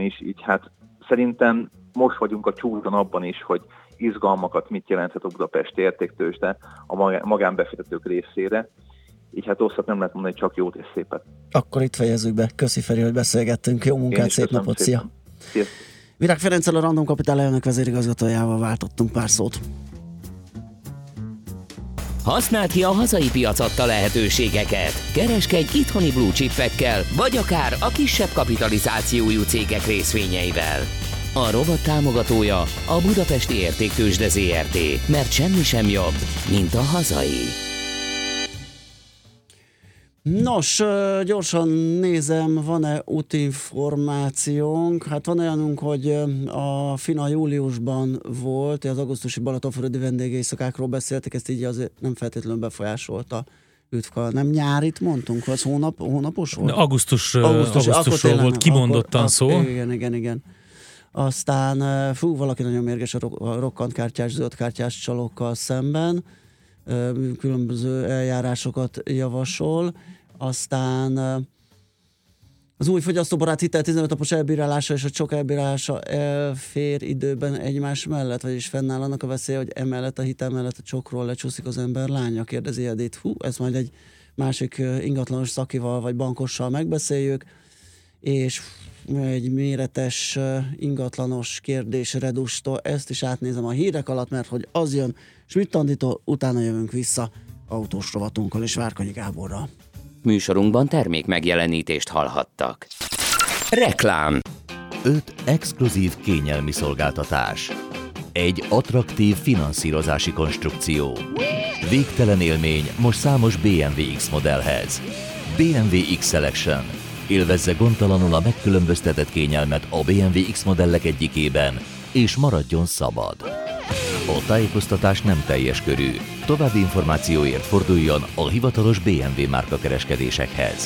is, így hát szerintem most vagyunk a csúcson abban is, hogy izgalmakat mit jelenthet a budapesti értéktőzsde a magánbefektetők részére. Így hát rosszat nem lehet mondani, csak jót és szépet. Akkor itt fejezzük be. Köszi Feri, hogy beszélgettünk. Jó munkát, szép napot, szia! Virág Ferenccel, a Random Capital elnök vezérigazgatójával váltottunk pár szót. Használd ki a hazai piac adta lehetőségeket. Kereskedj itthoni blue chipekkel, vagy akár a kisebb kapitalizációjú cégek részvényeivel. A rovat támogatója a Budapesti Értéktőzsde ZRT, mert semmi sem jobb, mint a hazai. Nos, gyorsan nézem, van-e útinformációnk? Hát van olyanunk, hogy a FINA júliusban volt, az augusztusi Balatonfüredi vendégéjszakákról beszéltek, ezt így azért nem feltétlenül befolyásolta Ütkal. Nem nyárit mondtunk, vagy hónapos volt? Augusztusról volt kimondottan szó. Igen. Aztán, valaki nagyon mérges a rokkantkártyás, zöldkártyás csalókkal szemben, különböző eljárásokat javasol. Aztán az új fogyasztóbarát hitel 15 napos elbírálása és a csok elbírálása elfér időben egymás mellett, vagyis fennáll annak a veszélye, hogy emellett a hitel mellett a csokról lecsúszik az ember lánya, kérdezi Edith. Ez majd egy másik ingatlanos szakival vagy bankossal megbeszéljük, és egy méretes ingatlanos kérdés Redustól, ezt is átnézem a hírek alatt, mert hogy az jön Schmidt Anditól, utána jövünk vissza autós rovatunkkal és Várkonyi Gáborral. Műsorunkban termék megjelenítést hallhattak. Reklám. 5 exkluzív kényelmi szolgáltatás. Egy attraktív finanszírozási konstrukció. Végtelen élmény most számos BMW X modellhez. BMW X Selection. Élvezze gondtalanul a megkülönböztetett kényelmet a BMW X modellek egyikében, és maradjon szabad. A tájékoztatás nem teljes körű. További információért forduljon a hivatalos BMW márka kereskedésekhez.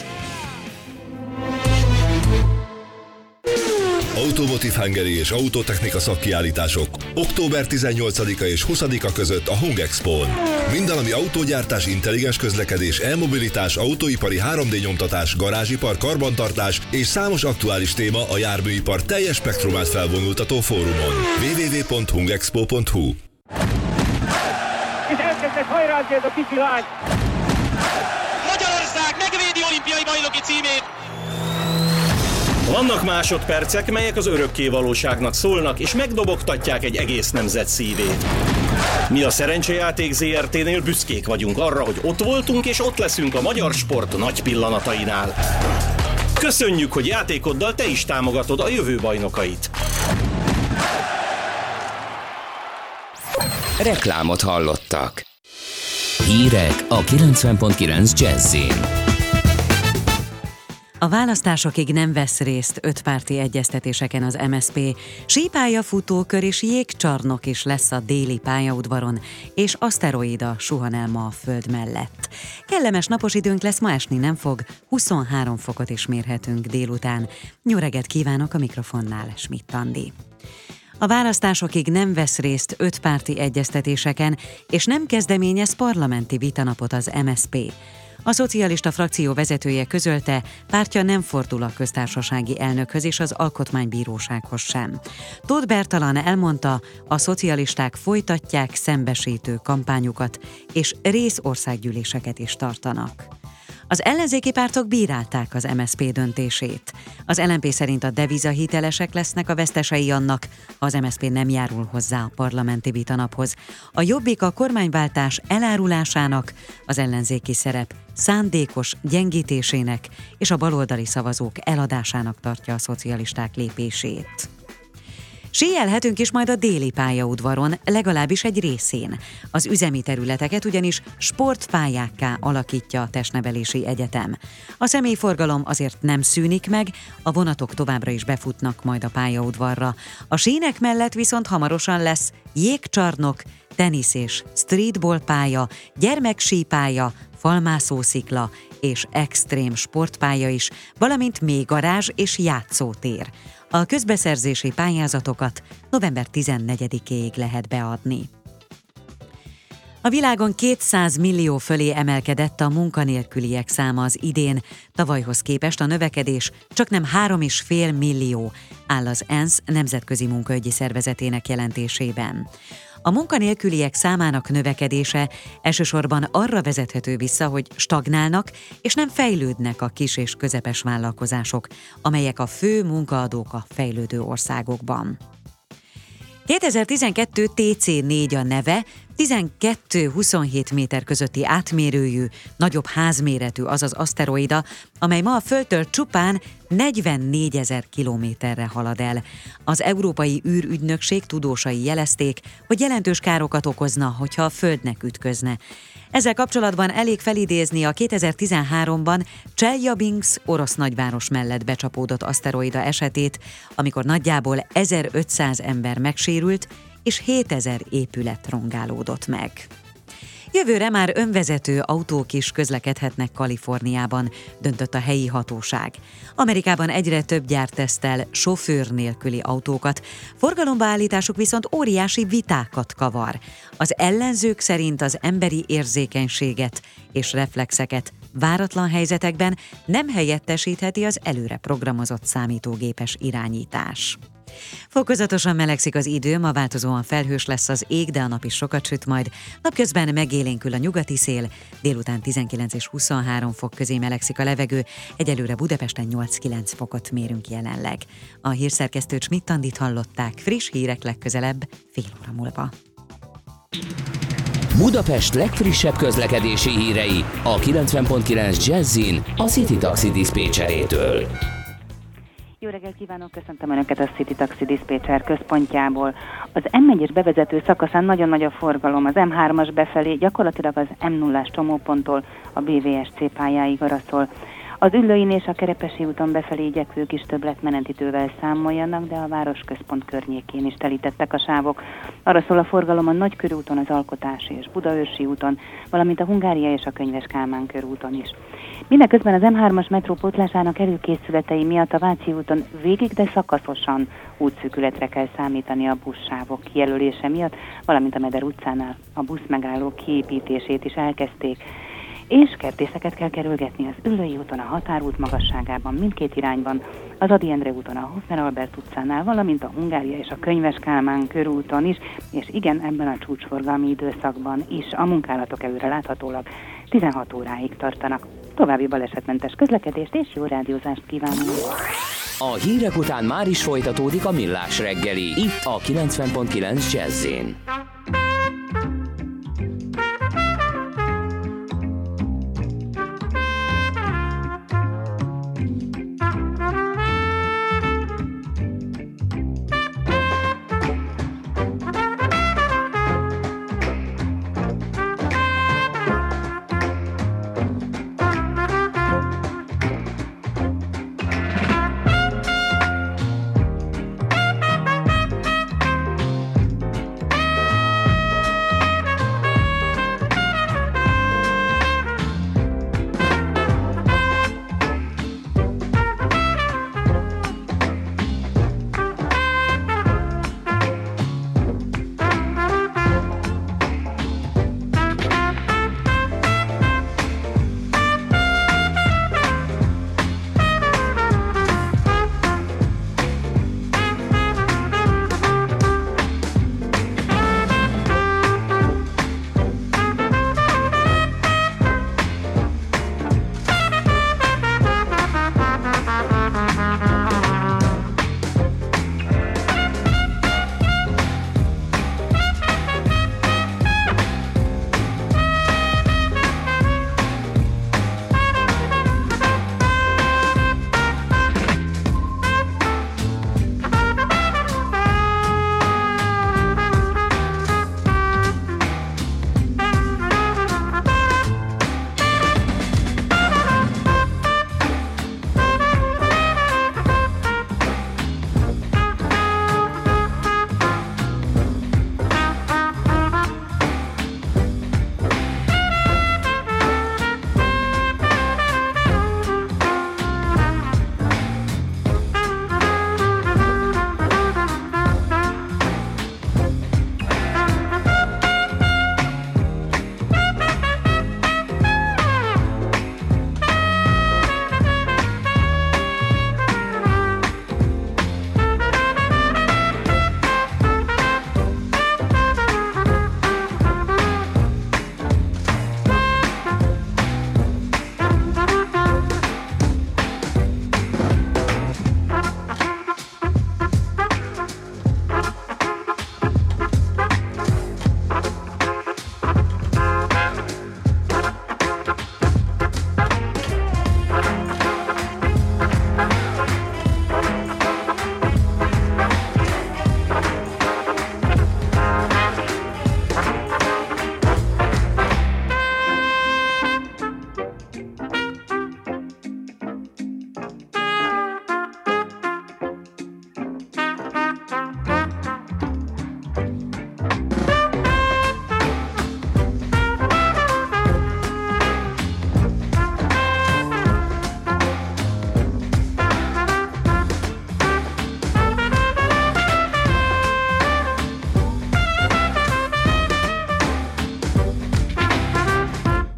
Automotive Hungary és autótechnika szakkiállítások október 18-a és 20-a között a Hung Expon. Minden, ami autógyártás, intelligens közlekedés, e-mobilitás, autóipari 3D nyomtatás, garázsipar, karbantartás és számos aktuális téma a járműipar teljes spektrumát felvonultató fórumon. www.hungexpo.hu. És elkezdett hajrázni ez a kicsi lány! Magyarország megvédi olimpiai bajnoki címét! Vannak másodpercek, melyek az örökké valóságnak szólnak, és megdobogtatják egy egész nemzet szívét. Mi a Szerencsejáték ZRT-nél büszkék vagyunk arra, hogy ott voltunk, és ott leszünk a magyar sport nagy pillanatainál. Köszönjük, hogy játékoddal te is támogatod a jövő bajnokait. Reklámot hallottak. Hírek a 90.9 Jazzin. A választásokig nem vesz részt 5 párti egyeztetéseken az MSZP. Sípályafutókör és jégcsarnok is lesz a déli pályaudvaron, és aszteroida suhan el ma a Föld mellett. Kellemes napos időnk lesz, ma esni nem fog, 23 fokot is mérhetünk délután. Jó reggelt kívánok, a mikrofonnál Schmidt Andi. A választásokig nem vesz részt 5 párti egyeztetéseken, és nem kezdeményez parlamenti vitanapot az MSZP. A szocialista frakció vezetője közölte, pártja nem fordul a köztársasági elnökhöz és az alkotmánybírósághoz sem. Tóth Bertalan elmondta, a szocialisták folytatják szembesítő kampányukat, és részországgyűléseket is tartanak. Az ellenzéki pártok bírálták az MSZP döntését. Az LMP szerint a devizahitelesek lesznek a vesztesei annak, ha az MSZP nem járul hozzá a parlamenti vitanaphoz. A Jobbik a kormányváltás elárulásának, az ellenzéki szerep szándékos gyengítésének és a baloldali szavazók eladásának tartja a szocialisták lépését. Síelhetünk is majd a déli pályaudvaron, legalábbis egy részén. Az üzemi területeket ugyanis sportpályákká alakítja a Testnevelési Egyetem. A személyforgalom azért nem szűnik meg, a vonatok továbbra is befutnak majd a pályaudvarra. A sínek mellett viszont hamarosan lesz jégcsarnok, tenisz és streetball pálya, gyermeksípálya, falmászószikla és extrém sportpálya is, valamint mélygarázs és játszótér. A közbeszerzési pályázatokat november 14-éig lehet beadni. A világon 200 millió fölé emelkedett a munkanélküliek száma az idén, tavalyhoz képest a növekedés csaknem 3,5 millió, áll az ENSZ Nemzetközi Munkaügyi Szervezetének jelentésében. A munkanélküliek számának növekedése elsősorban arra vezethető vissza, hogy stagnálnak és nem fejlődnek a kis és közepes vállalkozások, amelyek a fő munkaadók a fejlődő országokban. 2012 TC4 a neve, 12-27 méter közötti átmérőjű, nagyobb házméretű, azaz aszteroida, amely ma a Földtől csupán 44 000 kilométerre halad el. Az Európai űrügynökség tudósai jelezték, hogy jelentős károkat okozna, hogyha a Földnek ütközne. Ezzel kapcsolatban elég felidézni a 2013-ban Cseljabinszk orosz nagyváros mellett becsapódott aszteroida esetét, amikor nagyjából 1500 ember megsérült, és 7000 épület rongálódott meg. Jövőre már önvezető autók is közlekedhetnek Kaliforniában, döntött a helyi hatóság. Amerikában egyre több gyár tesztel sofőr nélküli autókat, forgalomba állításuk viszont óriási vitákat kavar. Az ellenzők szerint az emberi érzékenységet és reflexeket váratlan helyzetekben nem helyettesítheti az előre programozott számítógépes irányítás. Fokozatosan melegszik az idő, ma változóan felhős lesz az ég, de a nap is sokat süt majd. Napközben megélénkül a nyugati szél, délután 19 és 23 fok közé melegszik a levegő, egyelőre Budapesten 8-9 fokot mérünk jelenleg. A hírszerkesztő Schmidt-Andit hallották, friss hírek legközelebb, fél óra múlva. Budapest legfrissebb közlekedési hírei a 90.9 Jazzin a City Taxi Dispécsejétől. Jó reggelt kívánok, köszöntöm Önöket a City Taxi Dispatcher központjából. Az M1-es bevezető szakaszán nagyon nagy a forgalom, az M3-as befelé gyakorlatilag az M0-as csomóponttól a BVSC pályáig araszol. Az Üllőin és a Kerepesi úton befelé igyekvők is többletmenetidővel számoljanak, de a városközpont környékén is telítettek a sávok. Arra szól a forgalom a Nagykörúton, az Alkotási és Budaörsi úton, valamint a Hungária és a Könyves Kálmán körúton is. Mindeközben az M3-as metró pótlásának előkészületei miatt a Váci úton végig, de szakaszosan útszűkületre kell számítani a buszsávok kijelölése miatt, valamint a Meder utcánál a buszmegállók kiépítését is elkezdték. És kertészeket kell kerülgetni az Üllői úton, a Határút magasságában mindkét irányban, az Ady Endre úton, a Hofner Albert utcánál, valamint a Hungária és a Könyves Kálmán körúton is, és igen, ebben a csúcsforgalmi időszakban is a munkálatok előre láthatólag 16 óráig tartanak. További balesetmentes közlekedést és jó rádiózást kívánunk! A hírek után már is folytatódik a Millás reggeli, itt a 90.9 Jazz-in.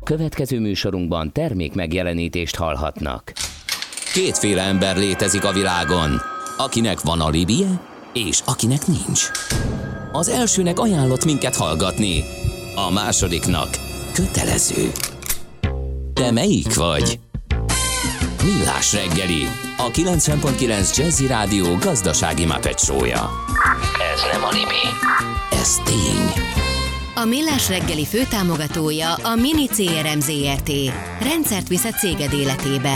Következő műsorunkban termék megjelenítést hallhatnak. Kétféle ember létezik a világon, akinek van alibije, és akinek nincs. Az elsőnek ajánlott minket hallgatni, a másodiknak kötelező. Te melyik vagy? Millás reggeli, a 90.9 Jazzy Rádió gazdasági Muppet show-ja. Ez nem anime, ez tény. A Millás reggeli főtámogatója a Mini CRM Zrt. Rendszert visz a céged életébe.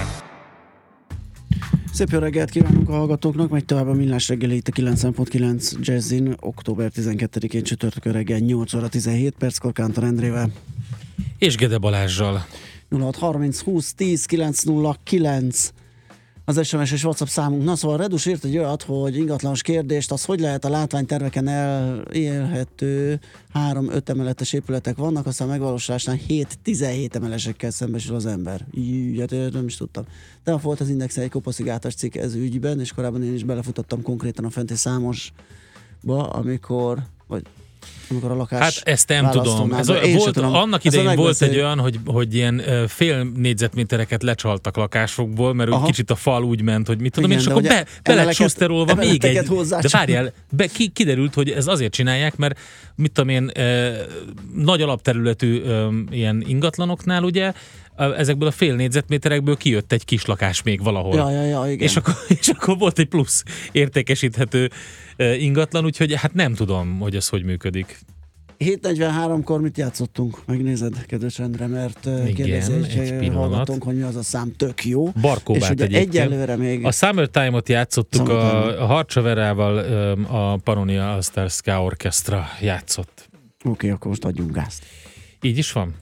Szép jó reggelt kívánunk a hallgatóknak, megy tovább a Millás reggeli itt a 90.9 Jazzin, október 12-én csütörtökön reggel 8 óra 17 perckor Kántor Endrével. És Gede Balázsral. 0630 20 10 909 az SMS és WhatsApp számunk. Na szóval Redus írt egy olyat, hogy ingatlanos kérdést, az hogy lehet a látványterveken elérhető 3-5 emeletes épületek vannak, aztán a megvalósulásnál 7-17 emelesekkel szembesül az ember. Hát nem is tudtam. De volt az Indexen egy kopaszigátas cikk ez ügyben, és korábban én is belefutottam konkrétan a fenti számosba, amikor a lakás. Hát ezt nem tudom. Annak idején volt egy olyan, hogy ilyen fél négyzetmétereket lecsaltak lakásokból, mert úgy kicsit a fal úgy ment, hogy mit tudom, igen, és akkor be lett suszterolva még egy. De várjál, kiderült, hogy ez azért csinálják, mert mit tudom én, nagy alapterületű ilyen ingatlanoknál ugye, ezekből a fél négyzetméterekből kijött egy kis lakás még valahol. Ja, igen. És akkor volt egy plusz értékesíthető ingatlan, úgyhogy hát nem tudom, hogy ez hogy működik. 7:43-kor mit játszottunk? Megnézed, kedves Endre, mert kérdezi egy hallgatónk, hogy mi az a szám, tök jó. Barkóbát és ugye egyelőre még... A Summertime-ot játszottuk, a Harcsaverával a Pannonia All Ska Orchestra játszott. Oké, akkor most adjunk gázt. Így is van?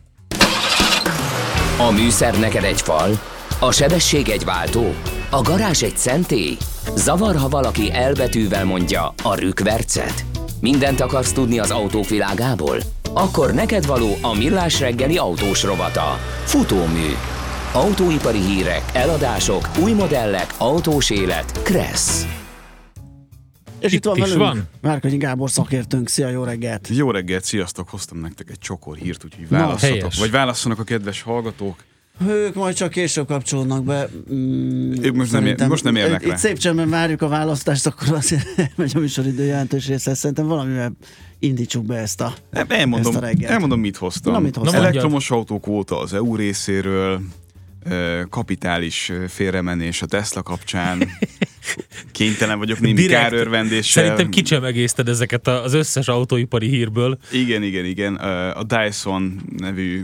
A műszer neked egy fal, a sebesség egy váltó, a garázs egy szentély. Zavar, ha valaki elbetűvel mondja a rükvercet. Mindent akarsz tudni az autók világából? Akkor neked való a Millás reggeli autós rovata. Futómű. Autóipari hírek, eladások, új modellek, autós élet. Kressz. És itt van velünk Márkonyi Gábor szakértőnk. Szia, jó reggelt! Jó reggelt, sziasztok! Hoztam nektek egy csokor hírt, úgyhogy válasszatok. Vagy válasszanak a kedves hallgatók. Ők majd csak később kapcsolódnak be. Ők most nem érnek rá. Itt szép csendben várjuk a választást, akkor azért megy a műsoridő jelentős része. Szerintem valamivel indítsuk be ezt a reggelt. Elmondom, mit hoztam. Elektromos autókvóta az EU részéről, kapitális félremenés a Tesla kapcsán, kénytelen vagyok némi kárörvendéssel. Szerintem kicsemegézted ezeket az összes autóipari hírből. Igen. A Dyson nevű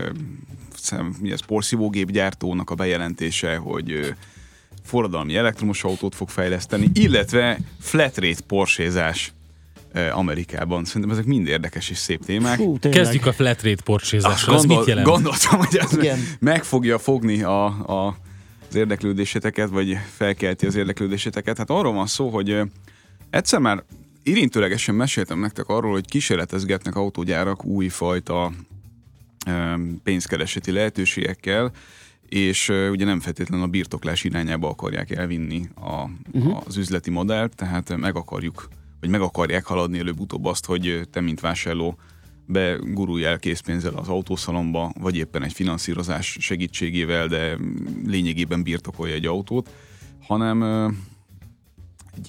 porszívógépgyártónak a bejelentése, hogy forradalmi elektromos autót fog fejleszteni, illetve flat rate porsézás Amerikában. Szerintem ezek mind érdekes és szép témák. Kezdjük a flat rate porsézással. Ez mit jelent? Gondoltam, hogy ez meg fogja fogni az érdeklődéseteket, vagy felkelti az érdeklődéseteket. Hát arról van szó, hogy egyszer már érintőlegesen meséltem nektek arról, hogy kísérletezgetnek autógyárak újfajta pénzkereseti lehetőségekkel, és ugye nem feltétlenül a birtoklás irányába akarják elvinni az üzleti modellt, tehát meg akarják haladni előbb-utóbb azt, hogy te, mint vásárló, begurulj el készpénzzel az autószalomba, vagy éppen egy finanszírozás segítségével, de lényegében birtokolja egy autót, hanem egy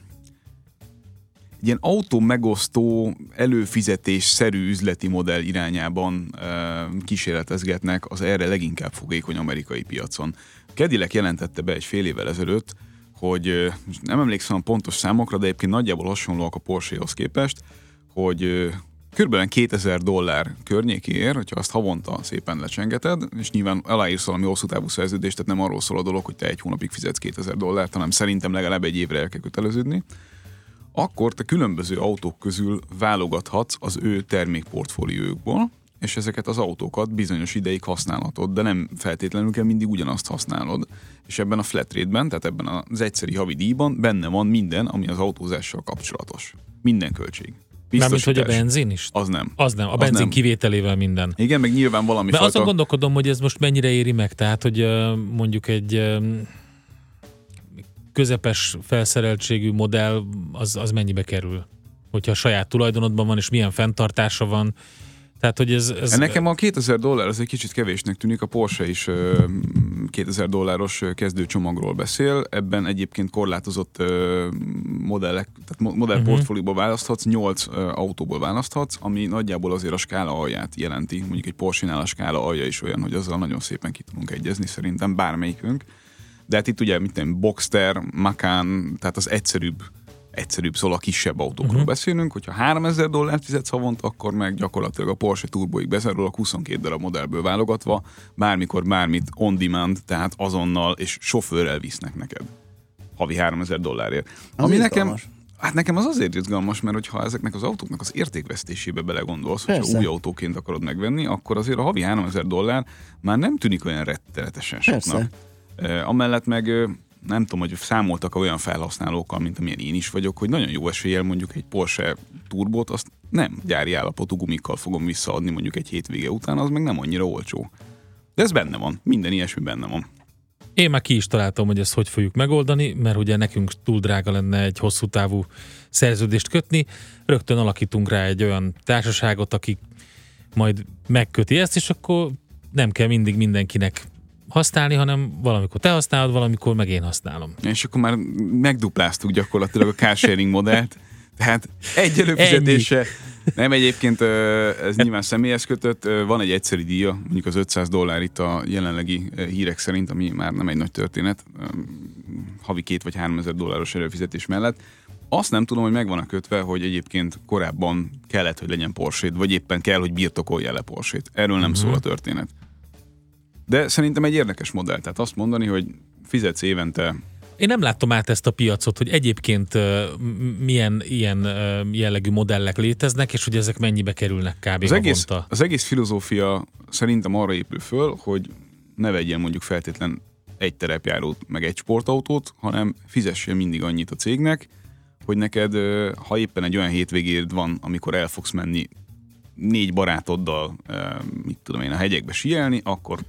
ilyen autó megosztó, előfizetés-szerű üzleti modell irányában kísérletezgetnek az erre leginkább fogékony amerikai piacon. Cadillac jelentette be egy fél évvel ezelőtt, hogy nem emlékszem a pontos számokra, de egyébként nagyjából hasonlóak a Porsche-hoz képest, hogy körülbelül $2000 környékéért, hogyha azt havonta szépen lecsengeted, és nyilván aláírsz valami hosszú távú szerződést, tehát nem arról szól a dolog, hogy te egy hónapig fizetsz $2000, hanem szerintem legalább egy évre el kell köteleződni, akkor te különböző autók közül válogathatsz az ő termékportfóliójukból, és ezeket az autókat bizonyos ideig használhatod, de nem feltétlenül kell mindig ugyanazt használod. És ebben a flat rate-ben, tehát ebben az egyszeri havi díjban benne van minden, ami az autózással kapcsolatos. Minden költség. Mármint, hogy a benzin is? Az nem. A benzin nem. Kivételével minden. Igen, meg nyilván valami fajta... azon gondolkodom, hogy ez most mennyire éri meg, tehát, hogy mondjuk egy közepes felszereltségű modell, az mennyibe kerül? Hogyha a saját tulajdonodban van, és milyen fenntartása van, Tehát, hogy ez... Nekem a $2000 az egy kicsit kevésnek tűnik, a Porsche is $2000 kezdőcsomagról beszél, ebben egyébként korlátozott modellek, tehát modellportfólióból választhatsz, 8 autóból választhatsz, ami nagyjából azért a skála alját jelenti. Mondjuk egy Porsche-nál a skála alja is olyan, hogy azzal nagyon szépen ki tudunk egyezni szerintem bármelyikünk. De hát itt ugye Boxster, Macan, tehát az egyszerűbb, szóval a kisebb autókról beszélünk, hogyha $3000 fizetsz havonta, akkor meg gyakorlatilag a Porsche Turboig bezárulok 22 darab modellből válogatva, bármikor bármit on demand, tehát azonnal és sofőrrel visznek neked. Havi $3000. Ami nekem az azért izgalmas, mert hogyha ezeknek az autóknak az értékvesztésébe belegondolsz, hogyha új autóként akarod megvenni, akkor azért a havi $3000 már nem tűnik olyan rettenetesen soknak. Amellett meg nem tudom, hogy számoltak olyan felhasználókkal, mint amilyen én is vagyok, hogy nagyon jó eséllyel mondjuk egy Porsche turbót, azt nem gyári állapotú gumikkal fogom visszaadni mondjuk egy hétvége után, az meg nem annyira olcsó. De ez benne van, minden ilyesmi benne van. Én már ki is találtam, hogy ezt hogy fogjuk megoldani, mert ugye nekünk túl drága lenne egy hosszú távú szerződést kötni, rögtön alakítunk rá egy olyan társaságot, aki majd megköti ezt, és akkor nem kell mindig mindenkinek használni, hanem valamikor te használod, valamikor meg én használom. És akkor már megdupláztuk gyakorlatilag a carsharing modellt, tehát egy előfizetése, nem egyébként ez nyilván személyhez kötött, van egy egyszeri díja, mondjuk az $500 itt a jelenlegi hírek szerint, ami már nem egy nagy történet, havi $2,000 vagy $3,000 előfizetés mellett. Azt nem tudom, hogy meg van-e kötve, hogy egyébként korábban kellett, hogy legyen Porsche-t, vagy éppen kell, hogy birtokolja le Porsche-t. Erről nem szól a történet. De szerintem egy érdekes modell, tehát azt mondani, hogy fizetsz évente. Én nem láttam át ezt a piacot, hogy egyébként milyen ilyen jellegű modellek léteznek, és hogy ezek mennyibe kerülnek kb. Havonta. Az egész filozófia szerintem arra épül föl, hogy ne vegyél mondjuk feltétlen egy terepjárót, meg egy sportautót, hanem fizessél mindig annyit a cégnek, hogy neked, ha éppen egy olyan hétvégéd van, amikor el fogsz menni 4 barátoddal, mit tudom én, a hegyekbe síelni, akkor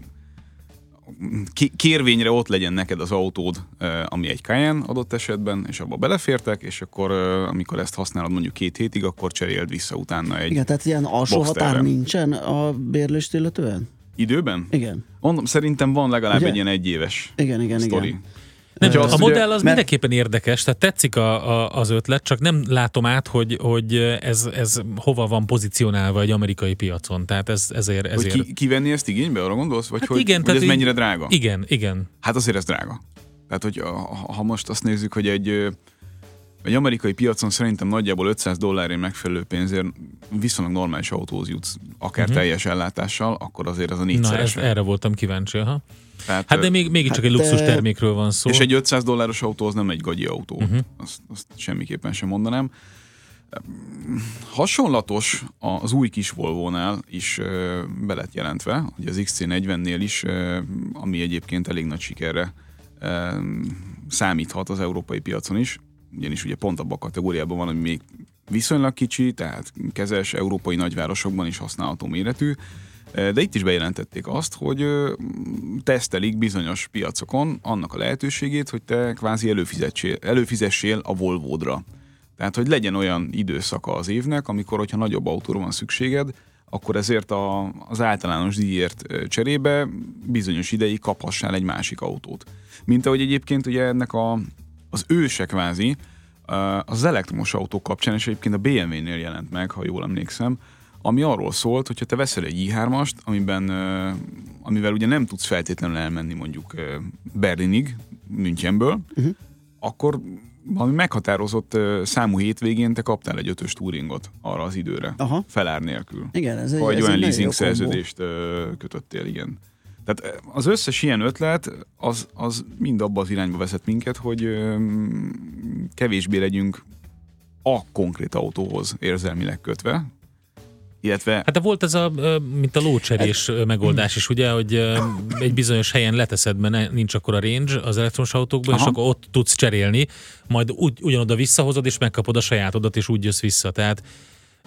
kérvényre ott legyen neked az autód, ami egy Cayenne adott esetben, és abba belefértek, és akkor amikor ezt használod mondjuk 2 hétig, akkor cseréld vissza utána egy. Igen, tehát ilyen alsó határ nincsen a bérlést illetően? Időben? Igen. Mondom, szerintem van legalább egy ilyen egyéves sztori. Igen. Nem, a modell az mindenképpen érdekes, tehát tetszik az ötlet, csak nem látom át, hogy ez hova van pozícionálva egy amerikai piacon. Tehát ezért... Hogy kivenni ezt igénybe, arra gondolsz? Vagy hogy ez mennyire drága? Igen. Hát azért ez drága. Tehát, hogy ha most azt nézzük, hogy egy amerikai piacon szerintem nagyjából $500 megfelelő pénzért viszonylag normális autóhoz jutsz, akár teljes ellátással, akkor azért az a 4-szeres. Na, erre voltam kíváncsi, aha. Tehát, hát de mégiscsak egy luxus termékről van szó. És egy $500 autó az nem egy gagyi autó. Azt semmiképpen sem mondanám. Hasonlatos az új kis Volvo-nál is be lett jelentve, hogy az XC40-nél is, ami egyébként elég nagy sikerre számíthat az európai piacon is, ugyanis ugye pont abban a kategóriában van, ami még viszonylag kicsi, tehát kezes, európai nagyvárosokban is használható méretű, de itt is bejelentették azt, hogy tesztelik bizonyos piacokon annak a lehetőségét, hogy te kvázi előfizessél a Volvodra. Tehát, hogy legyen olyan időszaka az évnek, amikor, hogyha nagyobb autóra van szükséged, akkor ezért az általános díjért cserébe bizonyos ideig kaphassál egy másik autót. Mint ahogy egyébként ugye ennek az őse kvázi az elektromos autók kapcsán, és egyébként a BMW-nél jelent meg, ha jól emlékszem, ami arról szólt, hogyha te veszel egy i3-ast, amivel ugye nem tudsz feltétlenül elmenni mondjuk Berlinig, Münchenből, akkor valami meghatározott számú hétvégén te kaptál egy 5-ös touringot arra az időre, felár nélkül. Igen, ez vagy olyan leasing szerződést kötöttél, igen. Tehát az összes ilyen ötlet, az mind abba az irányba vezet minket, hogy kevésbé legyünk a konkrét autóhoz érzelmileg kötve, illetve... Hát de volt ez mint a lócserés megoldás is, ugye, hogy egy bizonyos helyen leteszed, mert nincs akkor a range az elektromos autókban, és akkor ott tudsz cserélni, majd ugyanoda visszahozod, és megkapod a sajátodat, és úgy jössz vissza. Tehát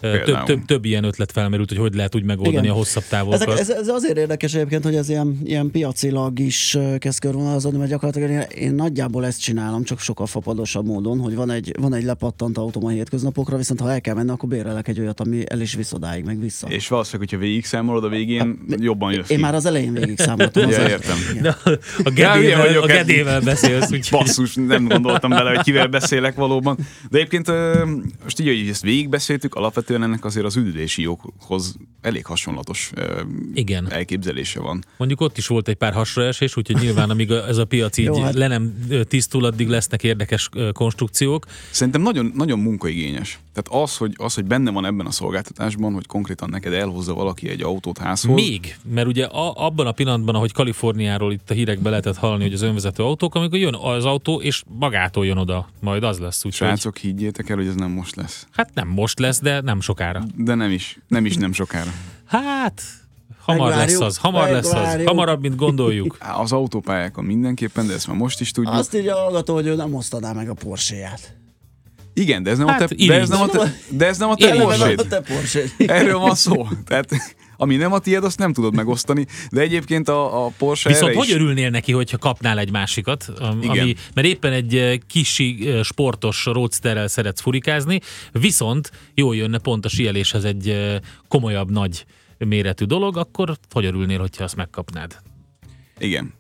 Több ilyen ötlet felmerült, hogy lehet úgy megoldani a hosszabb távolakat. Ez azért érdekes egyébként, hogy ez ilyen piacilag is kezd körvonalazódni, mert gyakorlatilag én nagyjából ezt csinálom, csak sokkal fapadosabb módon, hogy van egy lepattant autóm a hétköznapokra, viszont ha el kell menni, akkor bérelek egy olyat, ami el is visz odáig, meg vissza. És valószínűleg, hogyha végig számolod a végén, jobban jössz ki. Én már az elején végig számoltam. Ja, értem. A Gedével beszélsz. Basszus, nem gondoltam bele, hogy kivel beszélek valóban. De egyébként most így, hogy ezt végigbeszéltük, alapvetően ennek azért az üdülési joghoz elég hasonlatos elképzelése van. Mondjuk ott is volt egy pár hasraesés, úgyhogy nyilván amíg ez a piac így le nem tisztul, addig lesznek érdekes konstrukciók. Szerintem nagyon, nagyon munkaigényes. Tehát az, hogy benne van ebben a szolgáltatásban, hogy konkrétan neked elhozza valaki egy autót házhoz. Még, mert ugye abban a pillanatban, ahogy Kaliforniáról itt a hírekben lehetett hallani, hogy az önvezető autók, amikor jön az autó, és magától jön oda, majd az lesz. Srácok, higgyétek el, hogy ez nem most lesz. Hát nem most lesz, de nem sokára. De nem sokára. Hát... Hamar lesz az. Hamarabb, mint gondoljuk. Az autópályákon mindenképpen, de ezt már most is tudjuk. Azt így hallgató, hogy ő nem osztaná meg a Porsche-ját. Igen, de ez nem a te Porsche-d. Erről van szó. Tehát, ami nem a tiéd, azt nem tudod megosztani, de egyébként a Porsche viszont hogy örülnél neki, hogyha kapnál egy másikat, mert éppen egy kisi sportos roadsterrel szeretsz furikázni, viszont jól jönne pont a síeléshez egy komolyabb, nagy méretű dolog, akkor hogy örülnél, hogyha azt megkapnád? Igen.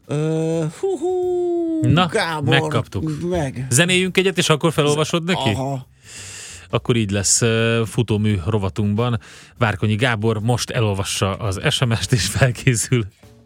Na, Gábor, megkaptuk. Zenéljünk egyet, és akkor felolvasod neki? Aha. Akkor így lesz futómű rovatunkban. Várkonyi Gábor most elolvassa az SMS-t, és felkészül.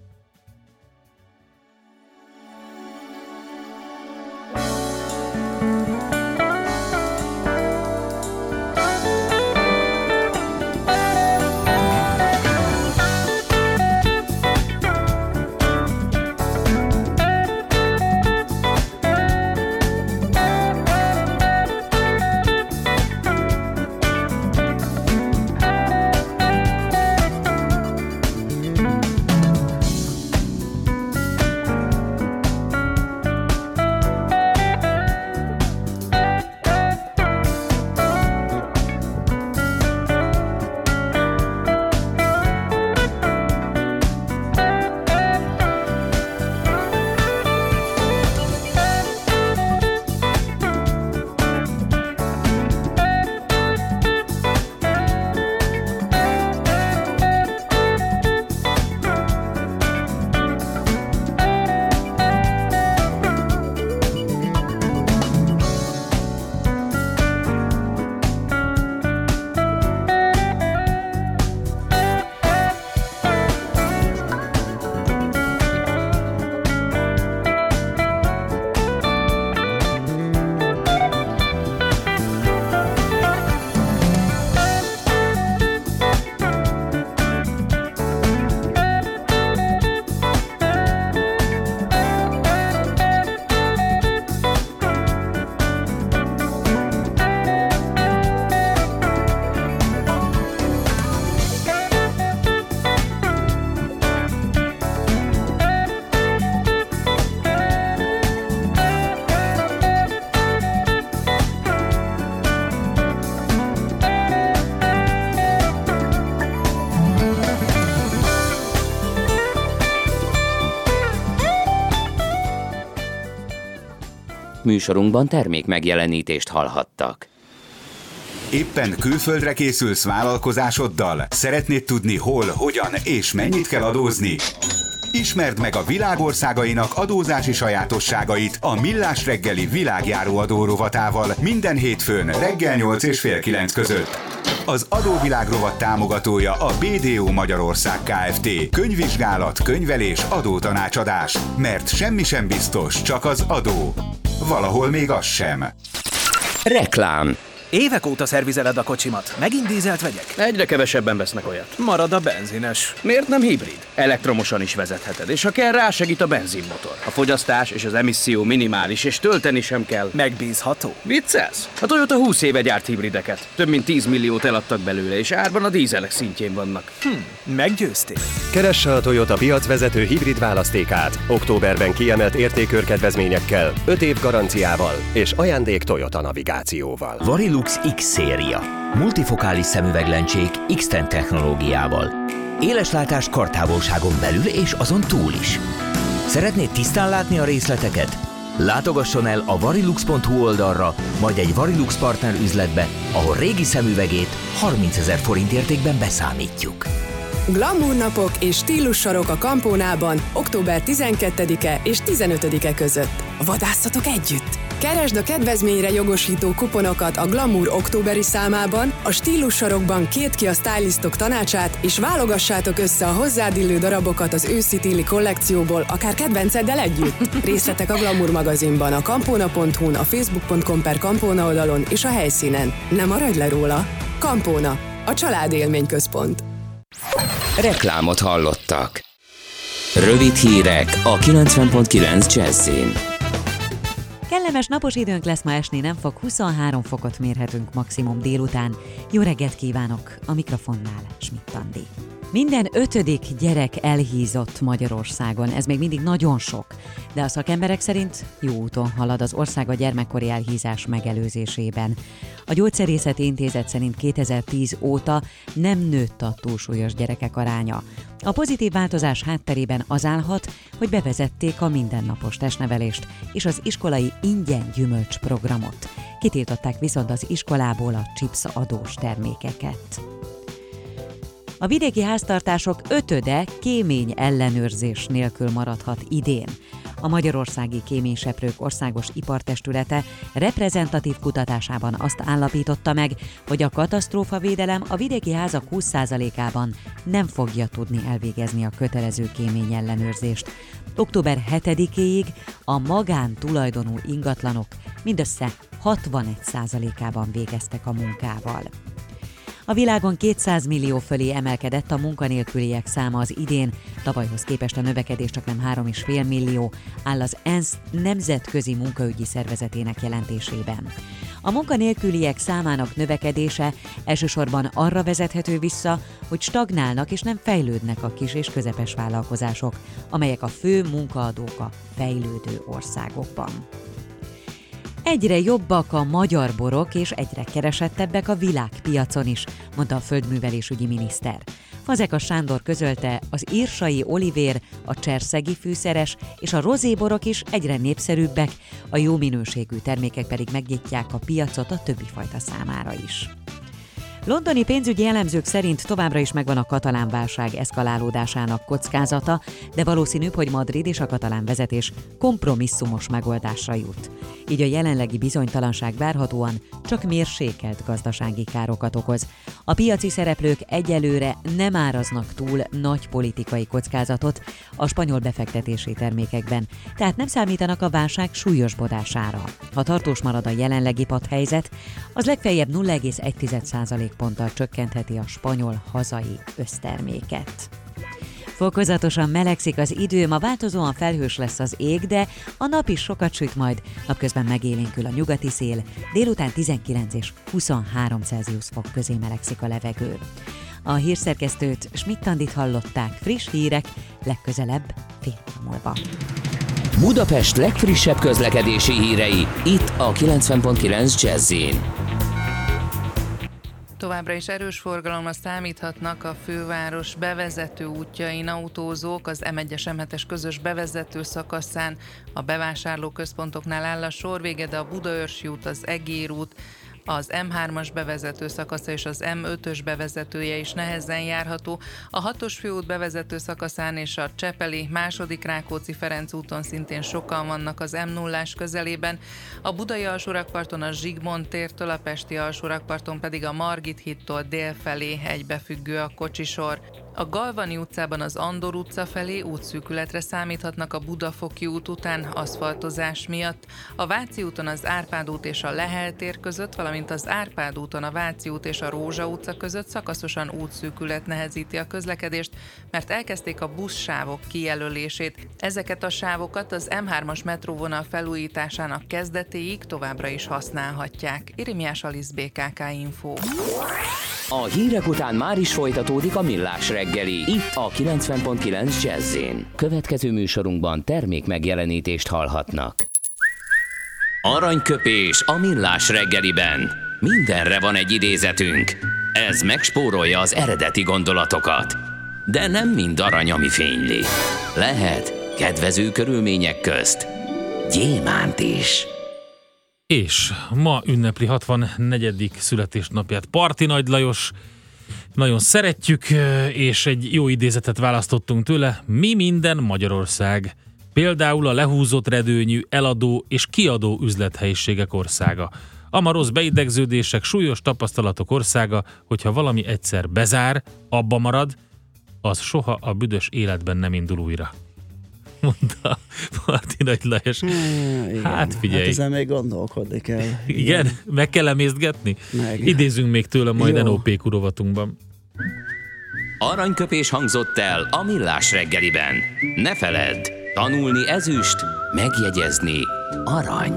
Műsorunkban termék megjelenítést hallhattak. Éppen külföldre készülsz vállalkozásoddal? Szeretnéd tudni hol, hogyan és mennyit kell adózni? Ismerd meg a világországainak adózási sajátosságait a Millás reggeli világjáró adó rovatával minden hétfőn reggel 8 és fél 9 között. Az adóvilág rovat támogatója a BDO Magyarország Kft. Könyvvizsgálat, könyvelés, adótanácsadás. Mert semmi sem biztos, csak az adó. Valahol még az sem. Reklám. Évek óta szervizeled a kocsimat. Megint dízelt vegyek? Egyre kevesebben vesznek olyat. Marad a benzines. Miért nem hibrid? Elektromosan is vezetheted, és ha kell, rásegít a benzinmotor. A fogyasztás és az emisszió minimális, és tölteni sem kell. Megbízható. Viccelsz? A Toyota 20 éve gyárt hibrideket. Több mint 10 milliót eladtak belőle, és árban a dízelek szintjén vannak. Meggyőztél. Keresse a Toyota piacvezető hibrid választékát. Októberben kiemelt értékörkedvezményekkel, 5 év garanciával és ajándék Toyota navigációval. Varilux Varilux X-széria. Multifokális szemüveglencsék X-Ten technológiával. Éleslátás kartávolságon belül és azon túl is. Szeretnéd tisztán látni a részleteket? Látogasson el a varilux.hu oldalra, majd egy Varilux partner üzletbe, ahol régi szemüvegét 30 000 forint értékben beszámítjuk. Glamour napok és stílussarok a Campónában október 12-e és 15-e között. Vadászatok együtt! Keresd a kedvezményre jogosító kuponokat a Glamour októberi számában, a stílussarokban két ki a stylistok tanácsát, és válogassátok össze a hozzád illő darabokat az őszi-téli kollekcióból, akár kedvenceddel együtt. Részletek a Glamour magazinban, a campona.hu-n, a facebook.com/Campona oldalon és a helyszínen. Ne maradj le róla! Campona, a család élményközpont. Reklámot hallottak. Rövid hírek a 90.9 Jazzin. Kellemes napos időnk lesz, ma esni nem fog, 23 fokot mérhetünk maximum délután. Jó reggelt kívánok, a mikrofonnál Schmidt Andi. Minden 5. gyerek elhízott Magyarországon, ez még mindig nagyon sok, de a szakemberek szerint jó úton halad az ország a gyermekkori elhízás megelőzésében. A Gyógyszerészeti Intézet szerint 2010 óta nem nőtt a túlsúlyos gyerekek aránya. A pozitív változás hátterében az állhat, hogy bevezették a mindennapos testnevelést és az iskolai ingyen gyümölcs programot. Kitiltották viszont az iskolából a chips adós termékeket. A vidéki háztartások 5-e kémény ellenőrzés nélkül maradhat idén. A Magyarországi Kéményseprők Országos Ipartestülete reprezentatív kutatásában azt állapította meg, hogy a katasztrófavédelem a vidéki házak 20%-ában nem fogja tudni elvégezni a kötelező kémény ellenőrzést. Október 7-éig a magántulajdonú ingatlanok mindössze 61%-ában végeztek a munkával. A világon 200 millió fölé emelkedett a munkanélküliek száma az idén, tavalyhoz képest a növekedés csaknem 3,5 millió, áll az ENSZ nemzetközi munkaügyi szervezetének jelentésében. A munkanélküliek számának növekedése elsősorban arra vezethető vissza, hogy stagnálnak és nem fejlődnek a kis és közepes vállalkozások, amelyek a fő munkaadók a fejlődő országokban. Egyre jobbak a magyar borok, és egyre keresettebbek a világpiacon is, mondta a földművelésügyi miniszter. Fazekas Sándor közölte, az írsai olivér, a cserszegi fűszeres és a rozéborok is egyre népszerűbbek, a jó minőségű termékek pedig megnyitják a piacot a többi fajta számára is. Londoni pénzügyi elemzők szerint továbbra is megvan a katalán válság eszkalálódásának kockázata, de valószínűbb, hogy Madrid és a katalán vezetés kompromisszumos megoldásra jut. Így a jelenlegi bizonytalanság várhatóan csak mérsékelt gazdasági károkat okoz. A piaci szereplők egyelőre nem áraznak túl nagy politikai kockázatot a spanyol befektetési termékekben, tehát nem számítanak a válság súlyosbodására. Ha tartós marad a jelenlegi padhelyzet, az legfeljebb 0,1% ponttal csökkentheti a spanyol hazai összterméket. Fokozatosan melegszik az idő, ma változóan felhős lesz az ég, de a nap is sokat süt majd, napközben megélénkül a nyugati szél, délután 19 és 23 Celsius fok közé melegszik a levegő. A hírszerkesztőt, Schmidt Andit hallották, friss hírek legközelebb fél óra múlva. Budapest legfrissebb közlekedési hírei, itt a 90.9 Jazz-in. Továbbra is erős forgalomra számíthatnak a főváros bevezető útjain autózók, az M1-es M7-es közös bevezető szakaszán, a bevásárlóközpontoknál áll a sor, vége, de a Budaörsi út, az Egér út, az M3-as bevezető szakasza és az M5-ös bevezetője is nehezen járható. A 6-os főút bevezető szakaszán és a Csepeli második Rákóczi-Ferenc úton szintén sokan vannak az M0-ás közelében. A budai alsórakparton a Zsigmond tértől, a pesti alsórakparton pedig a Margit hídtól délfelé egybefüggő a kocsisor. A Galvani utcában az Andor utca felé útszűkületre számíthatnak a Budafoki út után aszfaltozás miatt. A Váci úton az Árpád út és a Lehel tér között, valamint az Árpád úton a Váci út és a Rózsa utca között szakaszosan útszűkület nehezíti a közlekedést, mert elkezdték a buszsávok kijelölését. Ezeket a sávokat az M3-as metróvonal felújításának kezdetéig továbbra is használhatják. Irimiás Alisz, BKK Info. A hírek után már is folytatódik a Millás reggeli, itt a 90.9 Jazz-én. Következő műsorunkban termék megjelenítést hallhatnak. Aranyköpés a Millás reggeliben. Mindenre van egy idézetünk. Ez megspórolja az eredeti gondolatokat. De nem mind arany, ami fényli. Lehet kedvező körülmények közt gyémánt is. És ma ünnepli 64. születésnapját Parti Nagy Lajos. Nagyon szeretjük, és egy jó idézetet választottunk tőle. Mi minden Magyarország? Például a lehúzott redőnyű, eladó és kiadó üzlethelyiségek országa. Amarosz beidegződések, súlyos tapasztalatok országa, hogyha valami egyszer bezár, abba marad, az soha a büdös életben nem indul újra. Mondta Parti Nagy Lajos. Hát figyelj. Hát ezzel még gondolkodni kell. Igen? Meg kell emésztgetni? Meg. Idézünk még tőle majd NOPQ rovatunkban. Aranyköpés hangzott el a Millás reggeliben. Ne feledd, tanulni ezüst, megjegyezni arany.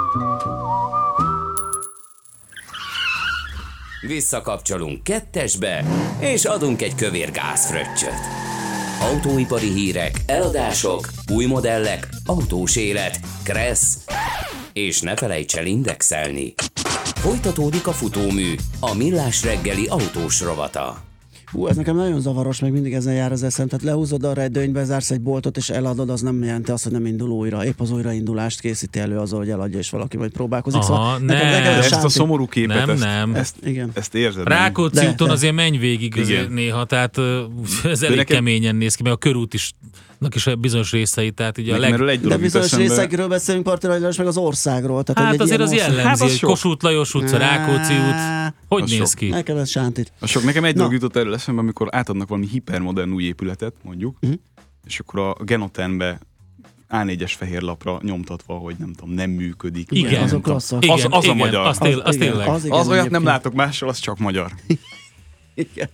Visszakapcsolunk 2-esbe, és adunk egy kövér gázfröccsöt. Autóipari hírek, eladások, új modellek, autós élet, kressz, és ne felejts el indexelni. Folytatódik a futómű, a Millás reggeli autós rovata. Ez nekem nagyon zavaros, meg mindig ezen jár az eszem. Tehát lehúzod a redőnybe, zársz egy boltot és eladod, az nem jelenti azt, hogy nem indul újra. Épp az újraindulást készíti elő azzal, hogy eladja, és valaki majd próbálkozik. Aha, szóval nem. Ezt a szomorú képet, nem. Ezt érzed. Rákóczi úton azért menj végig azért néha, tehát ez elég keményen néz ki, meg a körút is bizonyos részei, tehát ugye de bizonyos részekről beszélünk, Parti Nagy Lajos, meg az országról. Tehát hát azért az jellemzi, hogy Kossuth Lajos utca, Rákóczi út, hogy az néz sok. ki? Nekem ez sántit. Nekem egy dolog jutott erről eszembe, amikor átadnak valami hipermodern új épületet, mondjuk, és akkor a Genotenbe A4-es fehér lapra nyomtatva, hogy nem tudom, nem működik. Igen, azok klasszak. Az a magyar. Az tényleg. Az olyat nem látok mással, az csak magyar. Igen.